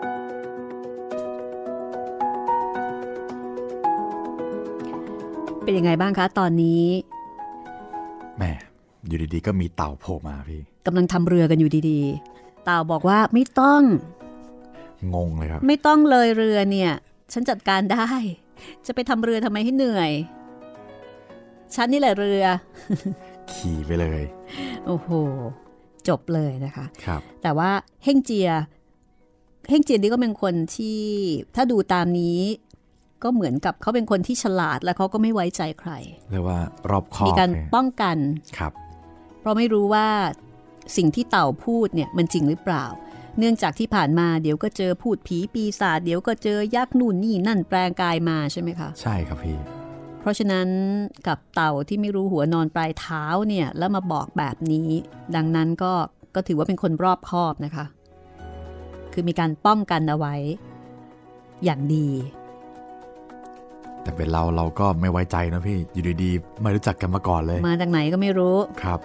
Speaker 2: เป็นยังไงบ้างคะตอนนี้
Speaker 3: แหมอยู่ดีๆก็มีเต่าโผล่มาพี่
Speaker 2: กำลังทำเรือกันอยู่ดีๆเต่าบอกว่าไม่ต้อง
Speaker 3: งงเลยครับ
Speaker 2: ไม่ต้องเลยเรือเนี่ยฉันจัดการได้จะไปทำเรือทำไมให้เหนื่อยฉันนี่แหละเรือ
Speaker 3: ขี่ไปเลย
Speaker 2: โอ้โหจบเลยนะคะ
Speaker 3: ครับ
Speaker 2: แต่ว่าเฮ่งเจียเฮ่งเจียนี่ก็เป็นคนที่ถ้าดูตามนี้ก็เหมือนกับเขาเป็นคนที่ฉลาดและเขาก็ไม่ไว้ใจใคร
Speaker 3: เรียกว่ารอบคอบ
Speaker 2: มีการป้องกัน
Speaker 3: ครับ
Speaker 2: เพราะไม่รู้ว่าสิ่งที่เต่าพูดเนี่ยมันจริงหรือเปล่าเนื่องจากที่ผ่านมาเดี๋ยวก็เจอพูดผีปีศาจเดี๋ยวก็เจอยักษ์นู่นนี่นั่นแปลงกายมาใช่ไหมคะ
Speaker 3: ใช่ครับพี่
Speaker 2: เพราะฉะนั้นกับเต่าที่ไม่รู้หัวนอนปลายเท้าเนี่ยแล้วมาบอกแบบนี้ดังนั้นก็ก็ถือว่าเป็นคนรอบคอบนะคะคือมีการป้องกันเอาไว้อย่างดี
Speaker 3: แต่เป็นเราเราก็ไม่ไว้ใจนะพี่อยู่ดีๆไม่รู้จักกันมาก่อนเลย
Speaker 2: มาจากไหนก็ไม่รู้
Speaker 3: ครับ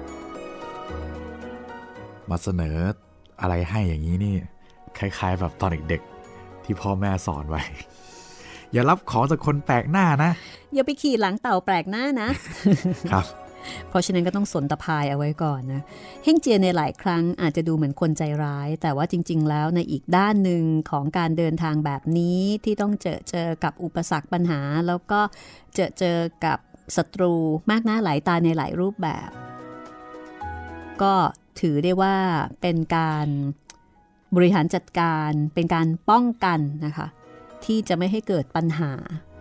Speaker 3: มาเสนออะไรให้อย่างนี้นี่คล้ายๆแบบตอนเด็กๆที่พ่อแม่สอนไว้อย่ารับของจากคนแปลกหน้านะ
Speaker 2: อย่าไปขี่หลังเต่าแปลกหน้านะครับเพราะฉะนั้นก็ต้องสนตะพายเอาไว้ก่อนนะเฮ่งเจียในหลายครั้งอาจจะดูเหมือนคนใจร้ายแต่ว่าจริงๆแล้วในอีกด้านหนึ่งของการเดินทางแบบนี้ที่ต้องเจอเจอกับอุปสรรคปัญหาแล้วก็เจอเจอกับศัตรูมากหน้าหลายตาในหลายรูปแบบก็ถือได้ว่าเป็นการบริหารจัดการเป็นการป้องกันนะคะที่จะไม่ให้เกิดปัญหา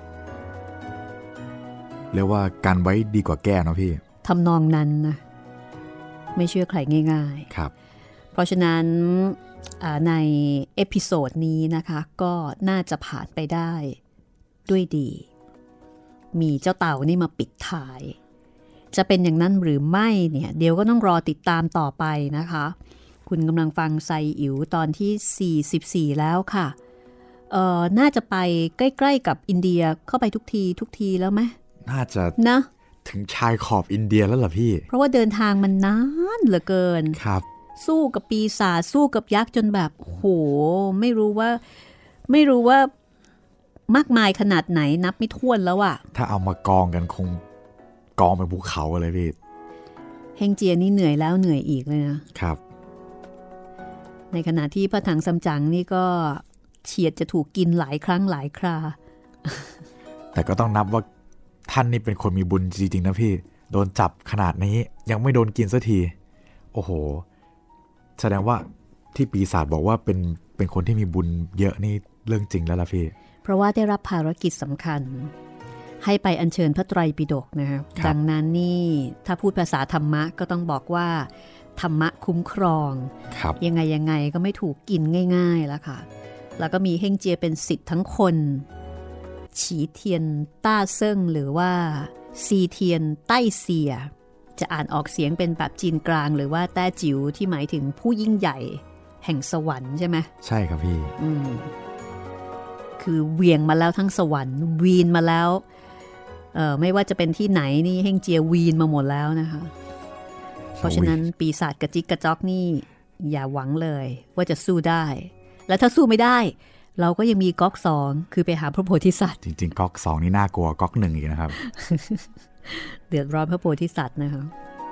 Speaker 3: เรียกว่ากันไว้ดีกว่าแก้เนาะพี่
Speaker 2: ทำนองนั้นนะไม่เชื่อใครง่าย
Speaker 3: ๆครับ
Speaker 2: เพราะฉะนั้นในเอพิโซดนี้นะคะก็น่าจะผ่านไปได้ด้วยดีมีเจ้าเต่านี่มาปิดท้ายจะเป็นอย่างนั้นหรือไม่เนี่ยเดี๋ยวก็ต้องรอติดตามต่อไปนะคะคุณกำลังฟังไซอิ๋วตอนที่สี่สิบสี่แล้วค่ะเอ่อน่าจะไปใกล้ๆกับอินเดียเข้าไปทุกทีทุกทีแล้วไหม
Speaker 3: น่าจะ
Speaker 2: นะ
Speaker 3: ถึงชายขอบอินเดียแล้วเหรอพี่
Speaker 2: เพราะว่าเดินทางมันนานเหลือเกิน
Speaker 3: ครับ
Speaker 2: สู้กับปีศาจสู้กับยักษ์จนแบบโหไม่รู้ว่าไม่รู้ว่ามากมายขนาดไหนนับไม่ถ้วนแล้วอะ
Speaker 3: ถ้าเอามากองกันคงกองเป็นภูเขาเลยพี่
Speaker 2: เฮงเจียนี่เหนื่อยแล้วเหนื่อยอีกเลยนะครับในขณะที่พระถังซัมจั๋งนี่ก็เฉียดจะถูกกินหลายครั้งหลายครา
Speaker 3: แต่ก็ต้องนับว่าท่านนี่เป็นคนมีบุญจริงๆนะพี่โดนจับขนาดนี้ยังไม่โดนกินสักทีโอ้โหแสดงว่าที่ปีศาจบอกว่าเป็นเป็นคนที่มีบุญเยอะนี่เรื่องจริงแล้วล่ะพี่
Speaker 2: เพราะว่าได้รับภารกิจสำคัญให้ไปอัญเชิญพระไตรปิฎกนะครับดังนั้นนี่ถ้าพูดภาษาธรรมะก็ต้องบอกว่าธรรมะคุ้มครองยังไงยังไงก็ไม่ถูกกินง่ายๆแล้วค่ะแล้วก็มีเฮ่งเจียเป็นศิษย์ทั้งคนฉีเทียนต้าเซิ่งหรือว่าซีเทียนใต้เสียจะอ่านออกเสียงเป็นแบบจีนกลางหรือว่าแต้จิ๋วที่หมายถึงผู้ยิ่งใหญ่แห่งสวรรค์ใช่ไหม
Speaker 3: ใช่ครับพี่
Speaker 2: อืมคือเวียงมาแล้วทั้งสวรรค์วีนมาแล้วเอ่อไม่ว่าจะเป็นที่ไหนนี่เฮ่งเจียวีนมาหมดแล้วนะคะเพราะฉะนั้นปีศาจกระจิกกระจอกนี่อย่าหวังเลยว่าจะสู้ได้และถ้าสู้ไม่ได้เราก็ยังมีก๊อกสองคือไปหาพระโพธิสัตว์
Speaker 3: จริงๆก๊อกสองนี่น่ากลัวก๊อกหนึ่งอีกนะครับ
Speaker 2: เดือดร้อนพระโพธิสัตว์นะคะ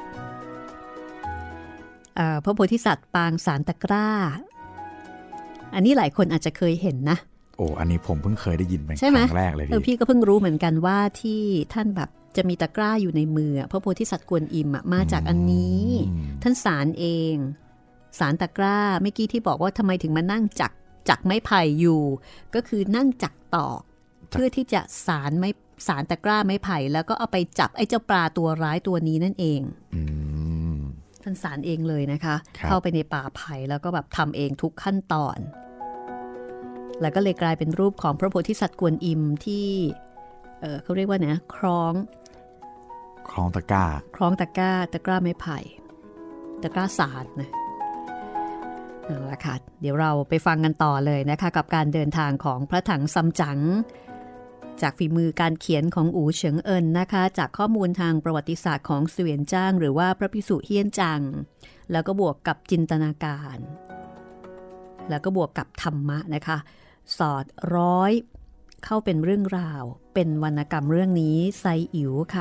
Speaker 2: พระโพธิสัตว์ปางสารตะกร้าอันนี้หลายคนอาจจะเคยเห็นนะ
Speaker 3: โอ้อันนี้ผมเพิ่งเคยได้ยินเป็นครั้งแรกเลยพี่
Speaker 2: เออพี่ก็เพิ่งรู้เหมือนกันว่าที่ท่านแบบจะมีตะกร้าอยู่ในมือพระโพธิสัตว์กวนอิมมาจากอันนี้ท่านสารเองสารตะกร้าเมื่อกี้ที่บอกว่าทำไมถึงมานั่งจักจักไม้ไผ่อยู่ก็คือนั่งจักตอกเพื่อที่จะสารไม้สารตะกร้าไม้ไผ่แล้วก็เอาไปจับไอ้เจ้าปลาตัวร้ายตัวนี้นั่นเองท่านสารเองเลยนะคะเข้าไปในป่าไผ่แล้วก็แบบทำเองทุกขั้นตอนแล้วก็เลยกลายเป็นรูปของพระโพธิสัตว์กวนอิมที่เอ่อเขาเรียกว่านะคล้อง
Speaker 3: คล้องตะกร้า
Speaker 2: คล้องตะกร้าตะกร้าไม้ไผ่ตะกร้าสารนะนั่นแหละค่ะเดี๋ยวเราไปฟังกันต่อเลยนะคะกับการเดินทางของพระถังซัมจั๋งจากฝีมือการเขียนของอู๋เฉิงเอินนะคะจากข้อมูลทางประวัติศาสตร์ของเสวียนจ้างหรือว่าพระภิกษุเฮียนจังแล้วก็บวกกับจินตนาการแล้วก็บวกกับธรรมะนะคะสอดร้อยเข้าเป็นเรื่องราวเป็นวรรณกรรมเรื่องนี้ไซอิ๋วค่ะ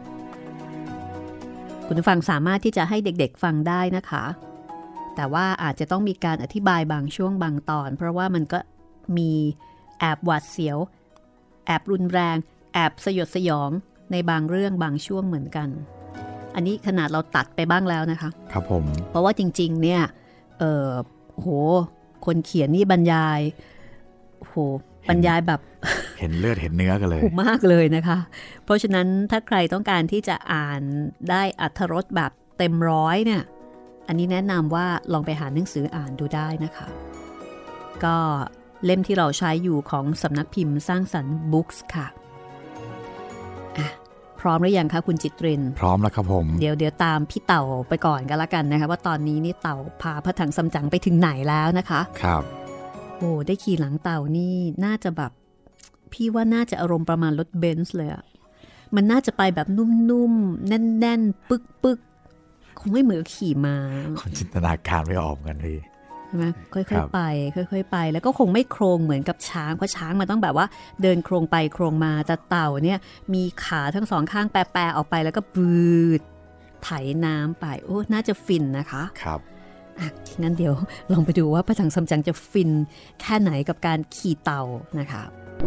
Speaker 2: คุณผู้ฟังสามารถที่จะให้เด็กๆฟังได้นะคะแต่ว่าอาจจะต้องมีการอธิบายบางช่วงบางตอนเพราะว่ามันก็มีแอบหวาดเสียวแอบรุนแรงแอบสยดสยองในบางเรื่องบางช่วงเหมือนกันอันนี้ขนาดเราตัดไปบ้างแล้วนะคะ
Speaker 3: ครับผม
Speaker 2: เพราะว่าจริงๆเนี่ยเออโหคนเขียนนี่บรรยายโหบรรยายแบบ
Speaker 3: เห็นเลือดเห็นเนื้อกันเลย
Speaker 2: ถูกมากเลยนะคะเพราะฉะนั้นถ้าใครต้องการที่จะอ่านได้อรรถรสแบบเต็มร้อยเนี่ยอันนี้แนะนำว่าลองไปหาหนังสืออ่านดูได้นะคะก็เล่มที่เราใช้อยู่ของสำนักพิมพ์สร้างสรรค์บุ๊กส์ค่ะอ่ะพร้อมหรือยังคะคุณจิตริน
Speaker 3: พร้อมแล้วครับผม
Speaker 2: เดี๋ยวเดี๋ยวตามพี่เต่าไปก่อนกันละกันนะคะว่าตอนนี้นี่เต่าพาพระถังซัมจั๋งไปถึงไหนแล้วนะคะ
Speaker 3: ครับ
Speaker 2: โอ้ได้ขี่หลังเต่านี่น่าจะแบบพี่ว่าน่าจะอารมณ์ประมาณรถเบนซ์เลยอะมันน่าจะไปแบบนุ่มๆแน่นๆปึกๆคงไม่เหมือนขี่ม้า
Speaker 3: คนจินตนาการไม่ออกกันพี่
Speaker 2: ใช่ไหมค่อยๆไปค่อยๆไปแล้วก็คงไม่โครงเหมือนกับช้างเพราะช้างมันต้องแบบว่าเดินโครงไปโครงมาแต่เต่าเนี่ยมีขาทั้งสองข้างแปรๆออกไปแล้วก็บืดไถน้ำไปโอ้น่าจะฟินนะคะ
Speaker 3: ครับ
Speaker 2: อ่ะงั้นเดี๋ยวลองไปดูว่าพระถังซัมจั๋งจะฟินแค่ไหนกับการขี่เต่านะคะ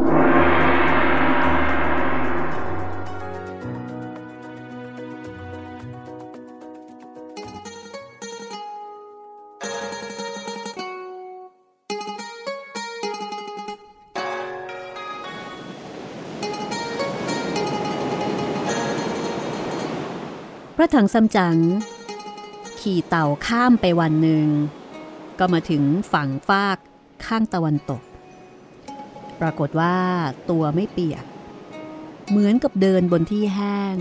Speaker 2: พระถังซัมจั๋งขี่เต่าข้ามไปวันหนึ่งก็มาถึงฝั่งฟากข้างตะวันตกปรากฏว่าตัวไม่เปียกเหมือนกับเดินบนที่แห้ง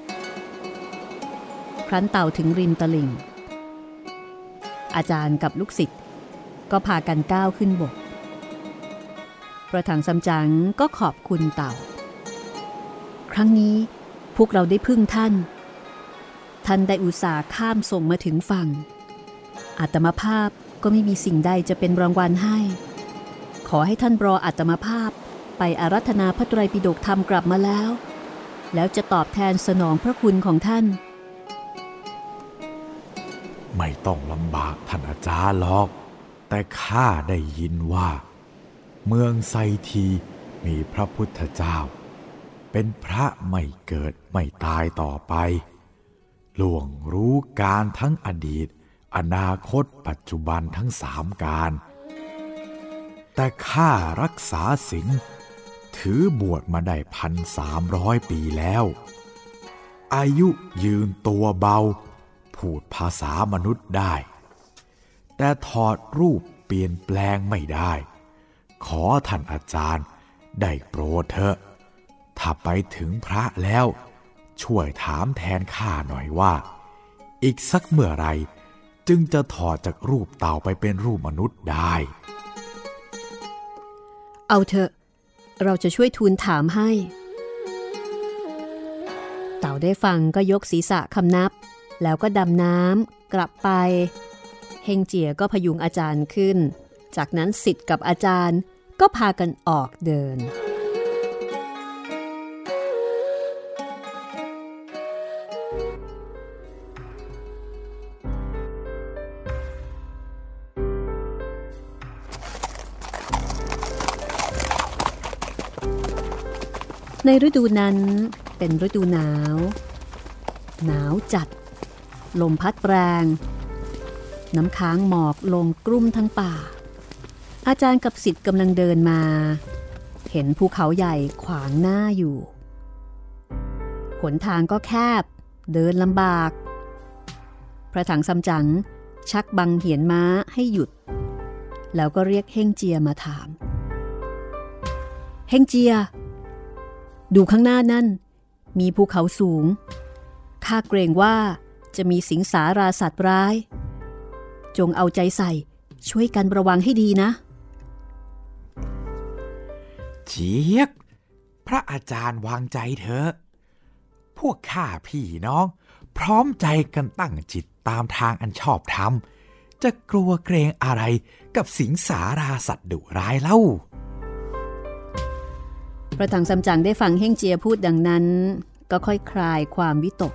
Speaker 2: ครั้นเต่าถึงริมตลิ่งอาจารย์กับลูกศิษย์ก็พากันก้าวขึ้นบกพระถังซัมจั๋งก็ขอบคุณเต่าครั้งนี้พวกเราได้พึ่งท่านท่านได้อุตส่าห์ข้ามส่งมาถึงฝั่งอาตมาภาพก็ไม่มีสิ่งใดจะเป็นรางวัลให้ขอให้ท่านรออาตมาภาพไปอาราธนาพระไตรปิฎกธรรมกลับมาแล้วแล้วจะตอบแทนสนองพระคุณของท่าน
Speaker 4: ไม่ต้องลำบากท่านอาจารย์หรอกแต่ข้าได้ยินว่าเมืองไซทีมีพระพุทธเจ้าเป็นพระไม่เกิดไม่ตายต่อไปล่วงรู้การทั้งอดีตอนาคตปัจจุบันทั้งสามการแต่ข้ารักษาศีลถือบวชมาได้พันสามร้อยปีแล้วอายุยืนตัวเบาพูดภาษามนุษย์ได้แต่ถอดรูปเปลี่ยนแปลงไม่ได้ขอท่านอาจารย์ได้โปรดเถอะถ้าไปถึงพระแล้วช่วยถามแทนข้าหน่อยว่าอีกสักเมื่อไรจึงจะถอดจากรูปเต่าไปเป็นรูปมนุษย์ได้
Speaker 2: เอาเถอะเราจะช่วยทูลถามให้เต่าได้ฟังก็ยกศีรษะคำนับแล้วก็ดำน้ำกลับไปเฮงเจียก็พยุงอาจารย์ขึ้นจากนั้นศิษย์กับอาจารย์ก็พากันออกเดินในฤดูนั้นเป็นฤดูหนาวหนาวจัดลมพัดแรงน้ำค้างหมอกลงกลุ่มทั้งป่าอาจารย์กับศิษย์กำลังเดินมาเห็นภูเขาใหญ่ขวางหน้าอยู่หนทางก็แคบเดินลำบากพระถังซัมจั๋งชักบังเหียนม้าให้หยุดแล้วก็เรียกเฮ่งเจียมาถามเฮ่งเจียดูข้างหน้านั่นมีภูเขาสูงข้าเกรงว่าจะมีสิงสาราสัตว์ร้ายจงเอาใจใส่ช่วยกันระวังให้ดีนะ
Speaker 4: เจี๊ยกพระอาจารย์วางใจเถอะพวกข้าพี่น้องพร้อมใจกันตั้งจิตตามทางอันชอบธรรมจะกลัวเกรงอะไรกับสิงสาราสัตว์ดุร้ายเล่า
Speaker 2: ระถังซัมจั๋งได้ฟังเฮ่งเจียพูดดังนั้นก็ค่อยคลายความวิตก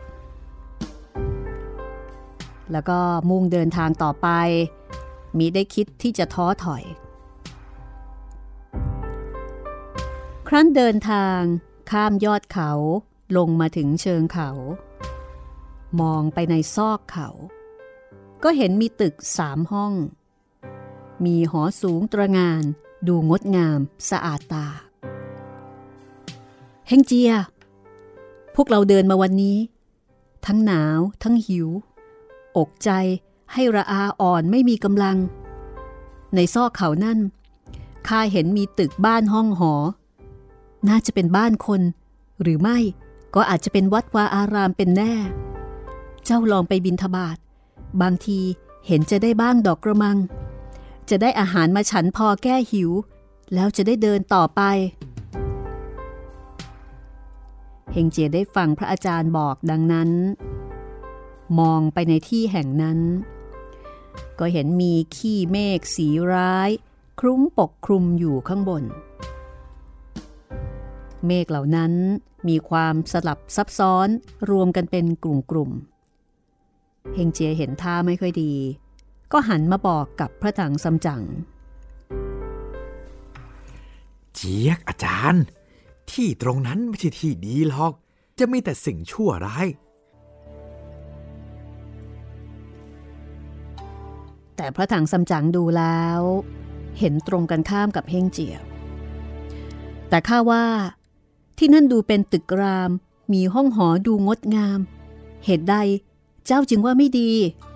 Speaker 2: แล้วก็มุ่งเดินทางต่อไปมิได้คิดที่จะท้อถอยครั้นเดินทางข้ามยอดเขาลงมาถึงเชิงเขามองไปในซอกเขาก็เห็นมีตึกสามห้องมีหอสูงตระหง่านดูงดงามสะอาดตาเฮงเจียพวกเราเดินมาวันนี้ทั้งหนาวทั้งหิวอกใจให้ระอาอ่อนไม่มีกำลังในซอกเขานั่นข้าเห็นมีตึกบ้านห้องหอน่าจะเป็นบ้านคนหรือไม่ก็อาจจะเป็นวัดวาอารามเป็นแน่เจ้าลองไปบิณฑบาตบางทีเห็นจะได้บ้างดอกกระมังจะได้อาหารมาฉันพอแก้หิวแล้วจะได้เดินต่อไปเฮงเจียได้ฟังพระอาจารย์บอกดังนั้นมองไปในที่แห่งนั้นก็เห็นมีขี้เมฆสีร้ายคลุ้มปกคลุมอยู่ข้างบนเมฆเหล่านั้นมีความสลับซับซ้อนรวมกันเป็นกลุ่มๆเฮงเจียเห็นท่าไม่ค่อยดีก็หันมาบอกกับพระถังซัมจั๋ง
Speaker 4: เจี๊ยกอาจารย์ที่ตรงนั้นไม่ใช่ที่ดีหรอกจะมีแต่สิ่งชั่วร้าย
Speaker 2: แต่พระถังซัมจั๋งดูแล้วเห็นตรงกันข้ามกับเฮงเจียแต่ข้าว่าที่นั่นดูเป็นตึกรามมีห้องหอดูงดงามเหตุใดเจ้าจึงว่าไม่ดี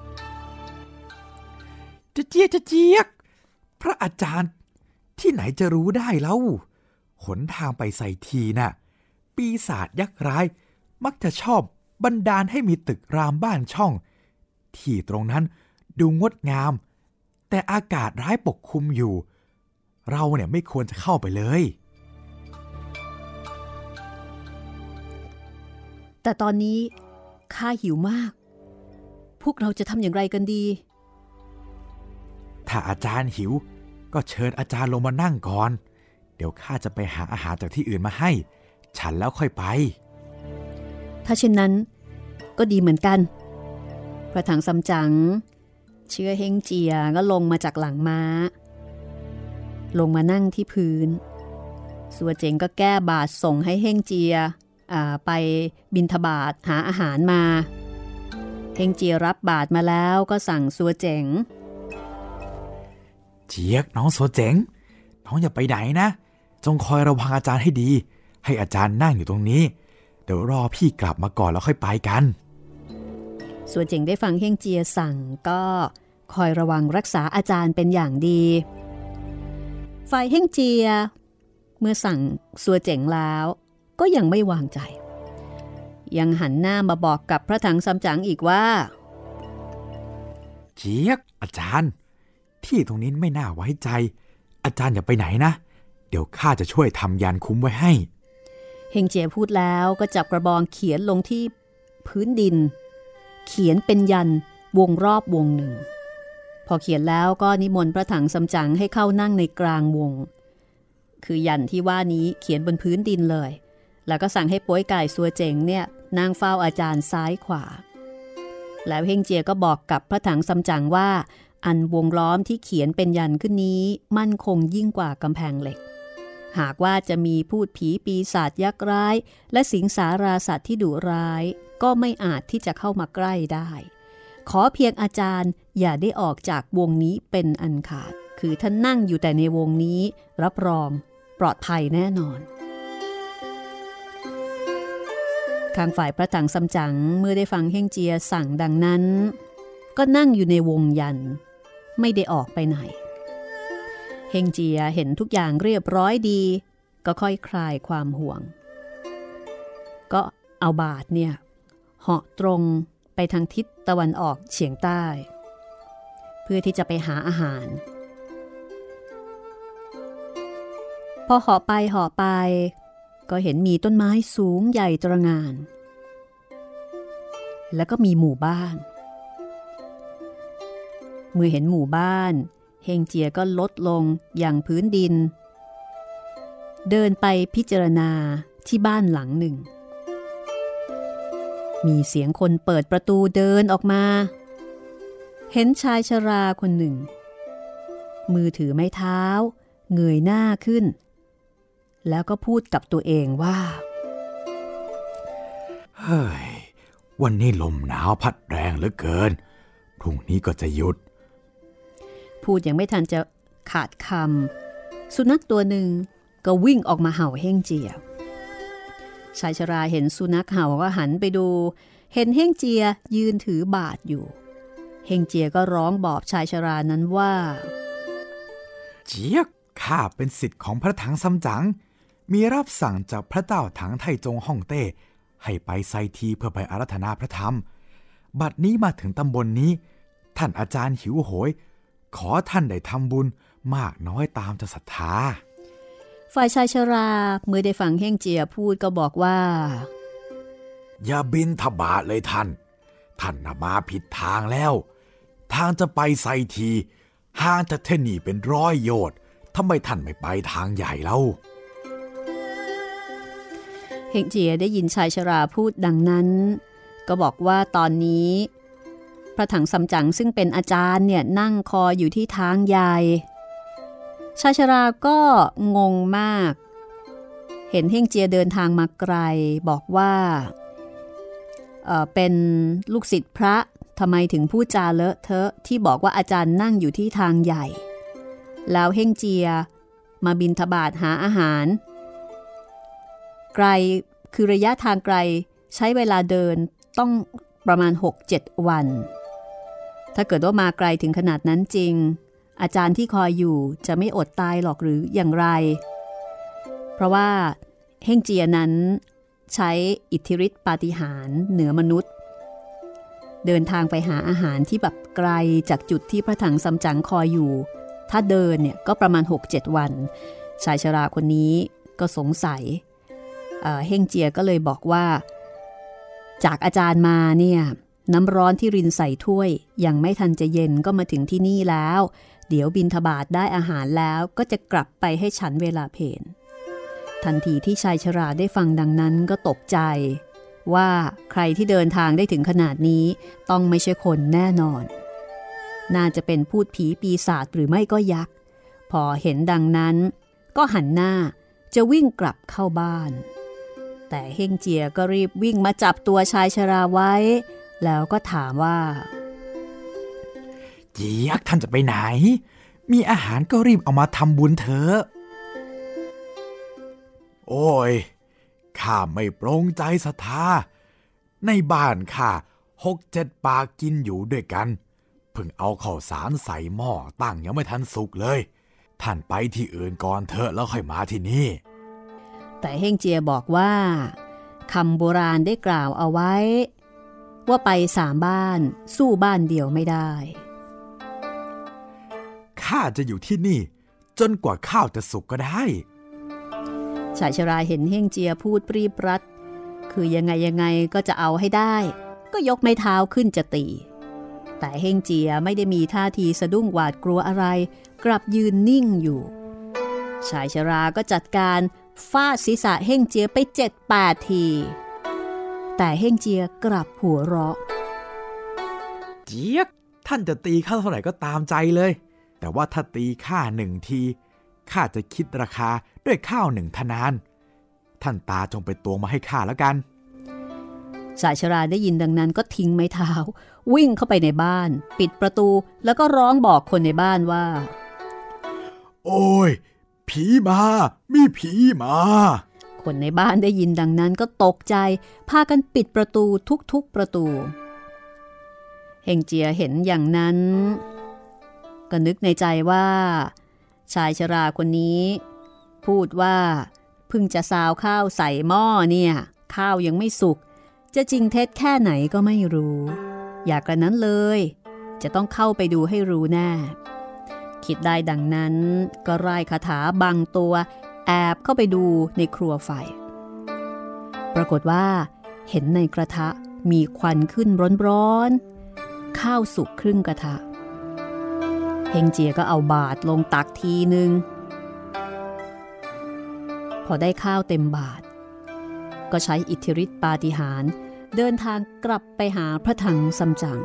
Speaker 4: จะเจี๊ยจะเจี๊ยกพระอาจารย์ที่ไหนจะรู้ได้เล่าหนทางไปใส่ทีน่ะปีศาจยักษ์ร้ายมักจะชอบบันดาลให้มีตึกรามบ้านช่องที่ตรงนั้นดูงดงามแต่อากาศร้ายปกคลุมอยู่เราเนี่ยไม่ควรจะเข้าไปเลย
Speaker 2: แต่ตอนนี้ข้าหิวมากพวกเราจะทำอย่างไรกันดี
Speaker 4: ถ้าอาจารย์หิวก็เชิญอาจารย์ลงมานั่งก่อนเดี๋ยวข้าจะไปหาอาหารจากที่อื่นมาให้ฉันแล้วค่อยไป
Speaker 2: ถ้าเช่นนั้นก็ดีเหมือนกันพระถังซัมจั๋งเชื่อเฮงเจียก็ลงมาจากหลังม้าลงมานั่งที่พื้นสัวเจ๋งก็แก้บาตรส่งให้เฮงเจียไปบิณฑบาตหาอาหารมาเฮงเจียรับบาตรมาแล้วก็สั่งสัวเจ๋ง
Speaker 4: เจี๊ยกน้องสัวเจ๋งน้องอย่าไปไหนนะจงคอยระวังอาจารย์ให้ดีให้อาจารย์นั่งอยู่ตรงนี้เดี๋ยวรอพี่กลับมาก่อนแล้วค่อยไปกัน
Speaker 2: สัวเจ๋งได้ฟังเฮงเจียสั่งก็คอยระวังรักษาอาจารย์เป็นอย่างดีฝ่ายเฮงเจียเมื่อสั่งสัวเจ๋งแล้วก็ยังไม่วางใจยังหันหน้ามาบอกกับพระถังซัมจั๋งอีกว่า
Speaker 4: เจี๊ยกอาจารย์ที่ตรงนี้ไม่น่าไว้ใจอาจารย์อย่าไปไหนนะเดี๋ยวข้าจะช่วยทำยันคุ้มไว้ให้
Speaker 2: เฮงเจียพูดแล้วก็จับกระบองเขียนลงที่พื้นดินเขียนเป็นยันวงรอบวงหนึ่งพอเขียนแล้วก็นิมนต์พระถังซัมจั๋งให้เข้านั่งในกลางวงคือยันที่ว่านี้เขียนบนพื้นดินเลยแล้วก็สั่งให้โป้ยไก่สัวเจ๋งเนี่ยนั่งเฝ้าอาจารย์ซ้ายขวาแล้วเฮงเจียก็บอกกับพระถังซัมจั๋งว่าอันวงล้อมที่เขียนเป็นยันขึ้นนี้มั่นคงยิ่งกว่ากำแพงเหล็กหากว่าจะมีพูดผีปีศาจยักษ์ร้ายและสิงสาราสัตว์ที่ดุร้ายก็ไม่อาจที่จะเข้ามาใกล้ได้ขอเพียงอาจารย์อย่าได้ออกจากวงนี้เป็นอันขาดคือท่านนั่งอยู่แต่ในวงนี้รับรองปลอดภัยแน่นอนข้างฝ่ายพระถังซัมจั๋งเมื่อได้ฟังเฮงเจียสั่งดังนั้นก็นั่งอยู่ในวงยันไม่ได้ออกไปไหนเฮงเจียเห็นทุกอย่างเรียบร้อยดีก็ค่อยคลายความห่วงก็เอาบาตรเนี่ยเหาะตรงไปทางทิศตะวันออกเฉียงใต้เพื่อที่จะไปหาอาหารพอเหาะไปเหาะไปก็เห็นมีต้นไม้สูงใหญ่ตระหง่านแล้วก็มีหมู่บ้านเมื่อเห็นหมู่บ้านเฮงเจียก็ลดลงอย่างพื้นดินเดินไปพิจารณาที่บ้านหลังหนึ่งมีเสียงคนเปิดประตูเดินออกมาเห็นชายชราคนหนึ่งมือถือไม้เท้าเงยหน้าขึ้นแล้วก็พูดกับตัวเองว่า
Speaker 4: เฮ้ยวันนี้ลมหนาวพัดแรงเหลือเกินพรุ่งนี้ก็จะหยุด
Speaker 2: พูดยังไม่ทันจะขาดคำสุนัขตัวหนึ่งก็วิ่งออกมาเห่าเฮ่งเจียชายชราเห็นสุนัขเห่าก็หันไปดูเห็นเฮ่งเจียยืนถือบาตรอยู่เฮ่งเจียก็ร้องบอกชายชรานั้นว่า
Speaker 4: เจียกข้าเป็นศิษย์ของพระถังซัมจั๋งมีรับสั่งจากพระเจ้าถังไทจงฮ่องเต้ให้ไปไซทีเพื่อไปอาราธนาพระธรรมบัดนี้มาถึงตำบล น, นี้ท่านอาจารย์หิวโหยขอท่านได้ทำบุญมากน้อยตามจะศรัทธา
Speaker 2: ฝ่ายชายชราเมื่อได้ฟังเฮ่งเจียพูดก็บอกว่า
Speaker 4: อย่าบินทบาทเลยท่านท่านน่ะมาผิดทางแล้วทางจะไปไซทีห่างจากที่นี่เป็นร้อยโยชน์ทำไมท่านไม่ไปทางใหญ่เล่า
Speaker 2: เฮ่งเจียได้ยินชายชราพูดดังนั้นก็บอกว่าตอนนี้พระถังซัมจั๋งซึ่งเป็นอาจารย์เนี่ยนั่งคอยอยู่ที่ทางใหญ่ชายชราก็งงมากเห็นเฮ่งเจียเดินทางมาไกลบอกว่าเอ่อเป็นลูกศิษย์พระทำไมถึงพูดจาเลอะเทอะที่บอกว่าอาจารย์นั่งอยู่ที่ทางใหญ่แล้วเฮ่งเจียมาบิณฑบาตหาอาหารไกลคือระยะทางไกลใช้เวลาเดินต้องประมาณ หกเจ็ด วันถ้าเกิดว่ามาไกลถึงขนาดนั้นจริงอาจารย์ที่คอยอยู่จะไม่อดตายหรอกหรืออย่างไรเพราะว่าเฮ่งเจียนั้นใช้อิทธิฤทธิปาฏิหาริย์เหนือมนุษย์เดินทางไปหาอาหารที่แบบไกลจากจุดที่พระถังซัมจั๋งคอยอยู่ถ้าเดินเนี่ยก็ประมาณ หกเจ็ด วันชายชราคนนี้ก็สงสัยเอ่อเฮ่งเจียก็เลยบอกว่าจากอาจารย์มาเนี่ยน้ำร้อนที่รินใส่ถ้วยยังไม่ทันจะเย็นก็มาถึงที่นี่แล้วเดี๋ยวบิณฑบาตได้อาหารแล้วก็จะกลับไปให้ฉันเวลาเพลทันทีที่ชายชราได้ฟังดังนั้นก็ตกใจว่าใครที่เดินทางได้ถึงขนาดนี้ต้องไม่ใช่คนแน่นอนน่าจะเป็นพูดผีปีศาจหรือไม่ก็ยักษ์พอเห็นดังนั้นก็หันหน้าจะวิ่งกลับเข้าบ้านแต่เฮ่งเจียก็รีบวิ่งมาจับตัวชายชราไว้แล้วก็ถามว่า
Speaker 4: เจียกท่านจะไปไหนมีอาหารก็รีบเอามาทำบุญเถอะโอ้ยข้าไม่ปรงใจศรัทธาในบ้านข้าหกเจ็ดปากกินอยู่ด้วยกันเพิ่งเอาข้าวสารใส่หม้อตั้งยังไม่ทันสุกเลยท่านไปที่อื่นก่อนเถอะแล้วค่อยมาที่นี่
Speaker 2: แต่เฮ่งเจียบอกว่าคำโบราณได้กล่าวเอาไว้ว่าไปสามบ้านสู้บ้านเดียวไม่ได้
Speaker 4: ข้าจะอยู่ที่นี่จนกว่าข้าวจะสุกก็ได้
Speaker 2: ชายชราเห็นเฮ่งเจียพูดปรีปรัดคือยังไงยังไงก็จะเอาให้ได้ก็ยกไม้เท้าขึ้นจะตีแต่เฮ่งเจียไม่ได้มีท่าทีสะดุ้งหวาดกลัวอะไรกลับยืนนิ่งอยู่ชายชราก็จัดการฟาดศีรษะเฮ่งเจียไป เจ็ดแปด ทีแต่เฮ่งเจียกลับหัวเราะ
Speaker 4: เจี๊ยกท่านจะตีข้าเท่าไหร่ก็ตามใจเลยแต่ว่าถ้าตีข้าหนึ่งทีข้าจะคิดราคาด้วยข้าวหนึ่งทนานท่านตาจงไปตวงมาให้ข้าแล้วกัน
Speaker 2: ชายชราได้ยินดังนั้นก็ทิ้งไม้เท้าวิ่งเข้าไปในบ้านปิดประตูแล้วก็ร้องบอกคนในบ้านว่า
Speaker 4: โอ้ยผีมามีผีมา
Speaker 2: คนในบ้านได้ยินดังนั้นก็ตกใจพากันปิดประตูทุกๆประตูเฮ่งเจียเห็นอย่างนั้นก็นึกในใจว่าชายชราคนนี้พูดว่าเพิ่งจะซาวข้าวใส่หม้อเนี่ยข้าวยังไม่สุกจะจริงเท็จแค่ไหนก็ไม่รู้อยากกระนั้นเลยจะต้องเข้าไปดูให้รู้แน่คิดได้ดังนั้นก็ร่ายคาถาบังตัวแอบเข้าไปดูในครัวไฟปรากฏว่าเห็นในกระทะมีควันขึ้นร้อนๆข้าวสุกครึ่งกระทะเฮงเจียก็เอาบาตรลงตักทีนึงอได้ข้าวเต็มบาตรก็ใช้อิทธิฤทธิปาฏิหาริย์เดินทางกลับไปหาพระถังซัมจั๋ง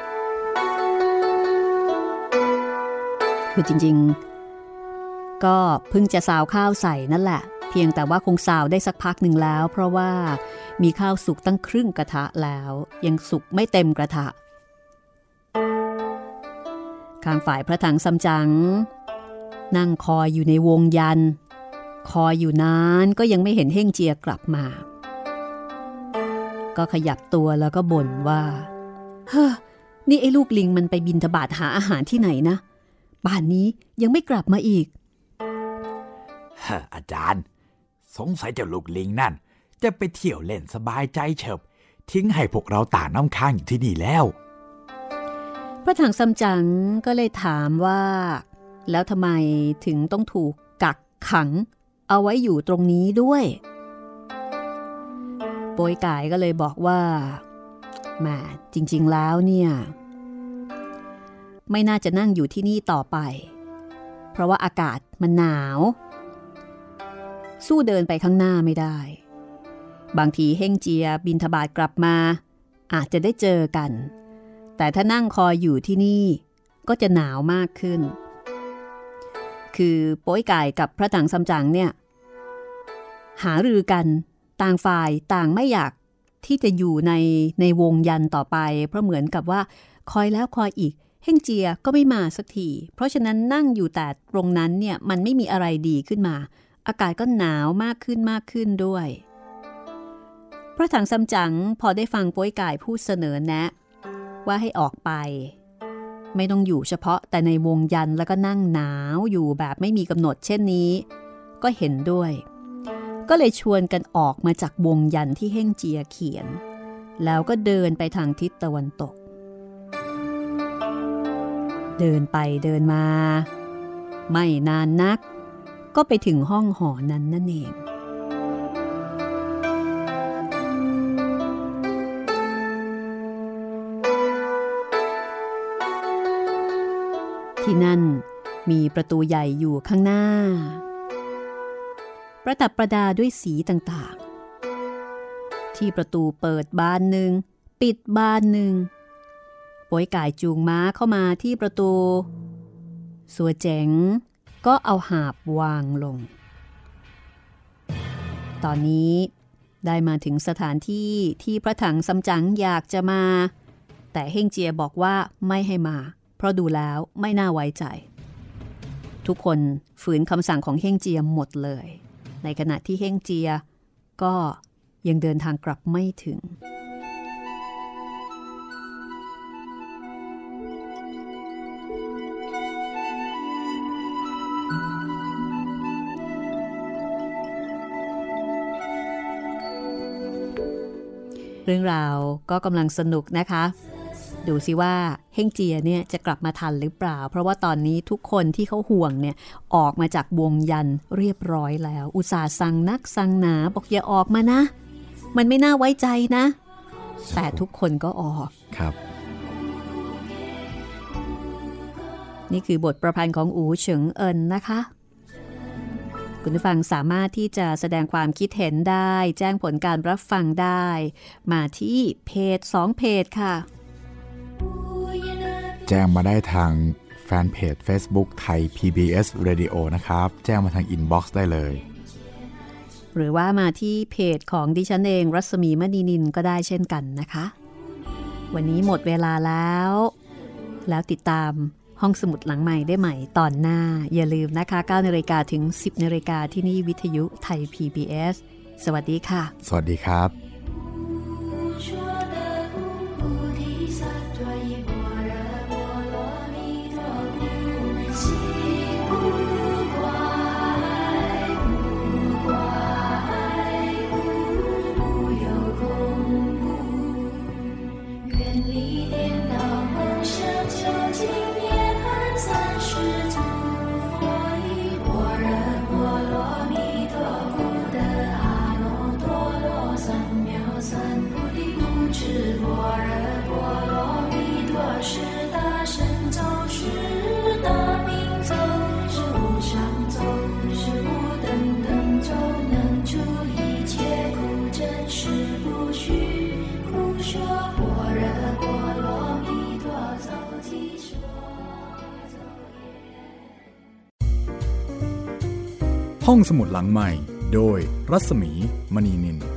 Speaker 2: คือจริงๆก็เพิ่งจะซาวข้าวใส่นั่นแหละเพียงแต่ว่าคงซาวได้สักพักหนึ่งแล้วเพราะว่ามีข้าวสุกตั้งครึ่งกระทะแล้วยังสุกไม่เต็มกระทะข้างฝ่ายพระถังซัมจั๋งนั่งคอยอยู่ในวงยันคอยอยู่นานก็ยังไม่เห็นเฮ่งเจียกลับมาก็ขยับตัวแล้วก็บ่นว่าเฮ้อนี่ไอ้ลูกลิงมันไปบิณฑบาตหาอาหารที่ไหนนะป่านนี้ยังไม่กลับมาอีก
Speaker 4: เฮ้ออาจารย์สงสัยเจ้าลูกลิงนั่นจะไปเที่ยวเล่นสบายใจเฉิบทิ้งให้พวกเราต่างน้ำค้างอยู่ที่นี่แล้ว
Speaker 2: พระถังซัมจั๋งก็เลยถามว่าแล้วทำไมถึงต้องถูกกักขังเอาไว้อยู่ตรงนี้ด้วยโป้ยก่ายก็เลยบอกว่าแหมจริงๆแล้วเนี่ยไม่น่าจะนั่งอยู่ที่นี่ต่อไปเพราะว่าอากาศมันหนาวสู้เดินไปข้างหน้าไม่ได้บางทีเฮ่งเจียบิณฑบาตกลับมาอาจจะได้เจอกันแต่ถ้านั่งคอยอยู่ที่นี่ก็จะหนาวมากขึ้นคือโป้ยก่ายกับพระถังซัมจั๋งเนี่ยหารือกันต่างฝ่ายต่างไม่อยากที่จะอยู่ในในวงยันต่อไปเพราะเหมือนกับว่าคอยแล้วคอยอีกเฮ่งเจียก็ไม่มาสักทีเพราะฉะนั้นนั่งอยู่แต่ตรงนั้นเนี่ยมันไม่มีอะไรดีขึ้นมาอากาศก็หนาวมากขึ้นมากขึ้นด้วยพระถังซัมจั๋งพอได้ฟังโป้ยก่ายพูดเสนอแนะว่าให้ออกไปไม่ต้องอยู่เฉพาะแต่ในวงยันแล้วก็นั่งหนาวอยู่แบบไม่มีกำหนดเช่นนี้ก็เห็นด้วยก็เลยชวนกันออกมาจากวงยันที่เฮ่งเจียเขียนแล้วก็เดินไปทางทิศตะวันตกเดินไปเดินมาไม่นานนักก็ไปถึงห้องหอนั้นนั่นเองที่นั่นมีประตูใหญ่อยู่ข้างหน้าประดับประดาด้วยสีต่างๆที่ประตูเปิดบานหนึ่งปิดบานหนึ่งโป้ยก่ายจูงม้าเข้ามาที่ประตูสัวเจ๋งก็เอาหาบวางลงตอนนี้ได้มาถึงสถานที่ที่พระถังซัมจั๋งอยากจะมาแต่เฮ่งเจียบอกว่าไม่ให้มาเพราะดูแล้วไม่น่าไว้ใจทุกคนฝืนคำสั่งของเฮ่งเจียหมดเลยในขณะที่เฮ่งเจียก็ยังเดินทางกลับไม่ถึงเรื่องราวก็กำลังสนุกนะคะดูสิว่าเฮ่งเจียเนี่ยจะกลับมาทันหรือเปล่าเพราะว่าตอนนี้ทุกคนที่เขาห่วงเนี่ยออกมาจากวงยันเรียบร้อยแล้วอุตส่าห์สั่งนักสั่งหนาบอกอย่าออกมานะมันไม่น่าไว้ใจนะแต่ทุกคนก็ออก
Speaker 3: ครับ
Speaker 2: นี่คือบทประพันธ์ของอู๋เฉิงเอินนะคะคุณผู้ฟังสามารถที่จะแสดงความคิดเห็นได้แจ้งผลการรับฟังได้มาที่เพจสองเพจค่ะ
Speaker 3: แจ้งมาได้ทางแฟนเพจ Facebook ไทย พี บี เอส Radio นะครับแจ้งมาทางอินบ็อกซ์ได้เลย
Speaker 2: หรือว่ามาที่เพจของดิฉันเองรัศมีมณีนินก็ได้เช่นกันนะคะวันนี้หมดเวลาแล้วแล้วติดตามห้องสมุดหลังใหม่ได้ใหม่ตอนหน้าอย่าลืมนะคะ เก้านาฬิกา ถึง สิบนาฬิกาที่นี่วิทยุไทย พี บี เอส สวัสดีค่ะ
Speaker 3: สวัสดีครับ
Speaker 5: 三
Speaker 1: ห้องสมุดหลังใหม่โดยรัศมีมณีนิน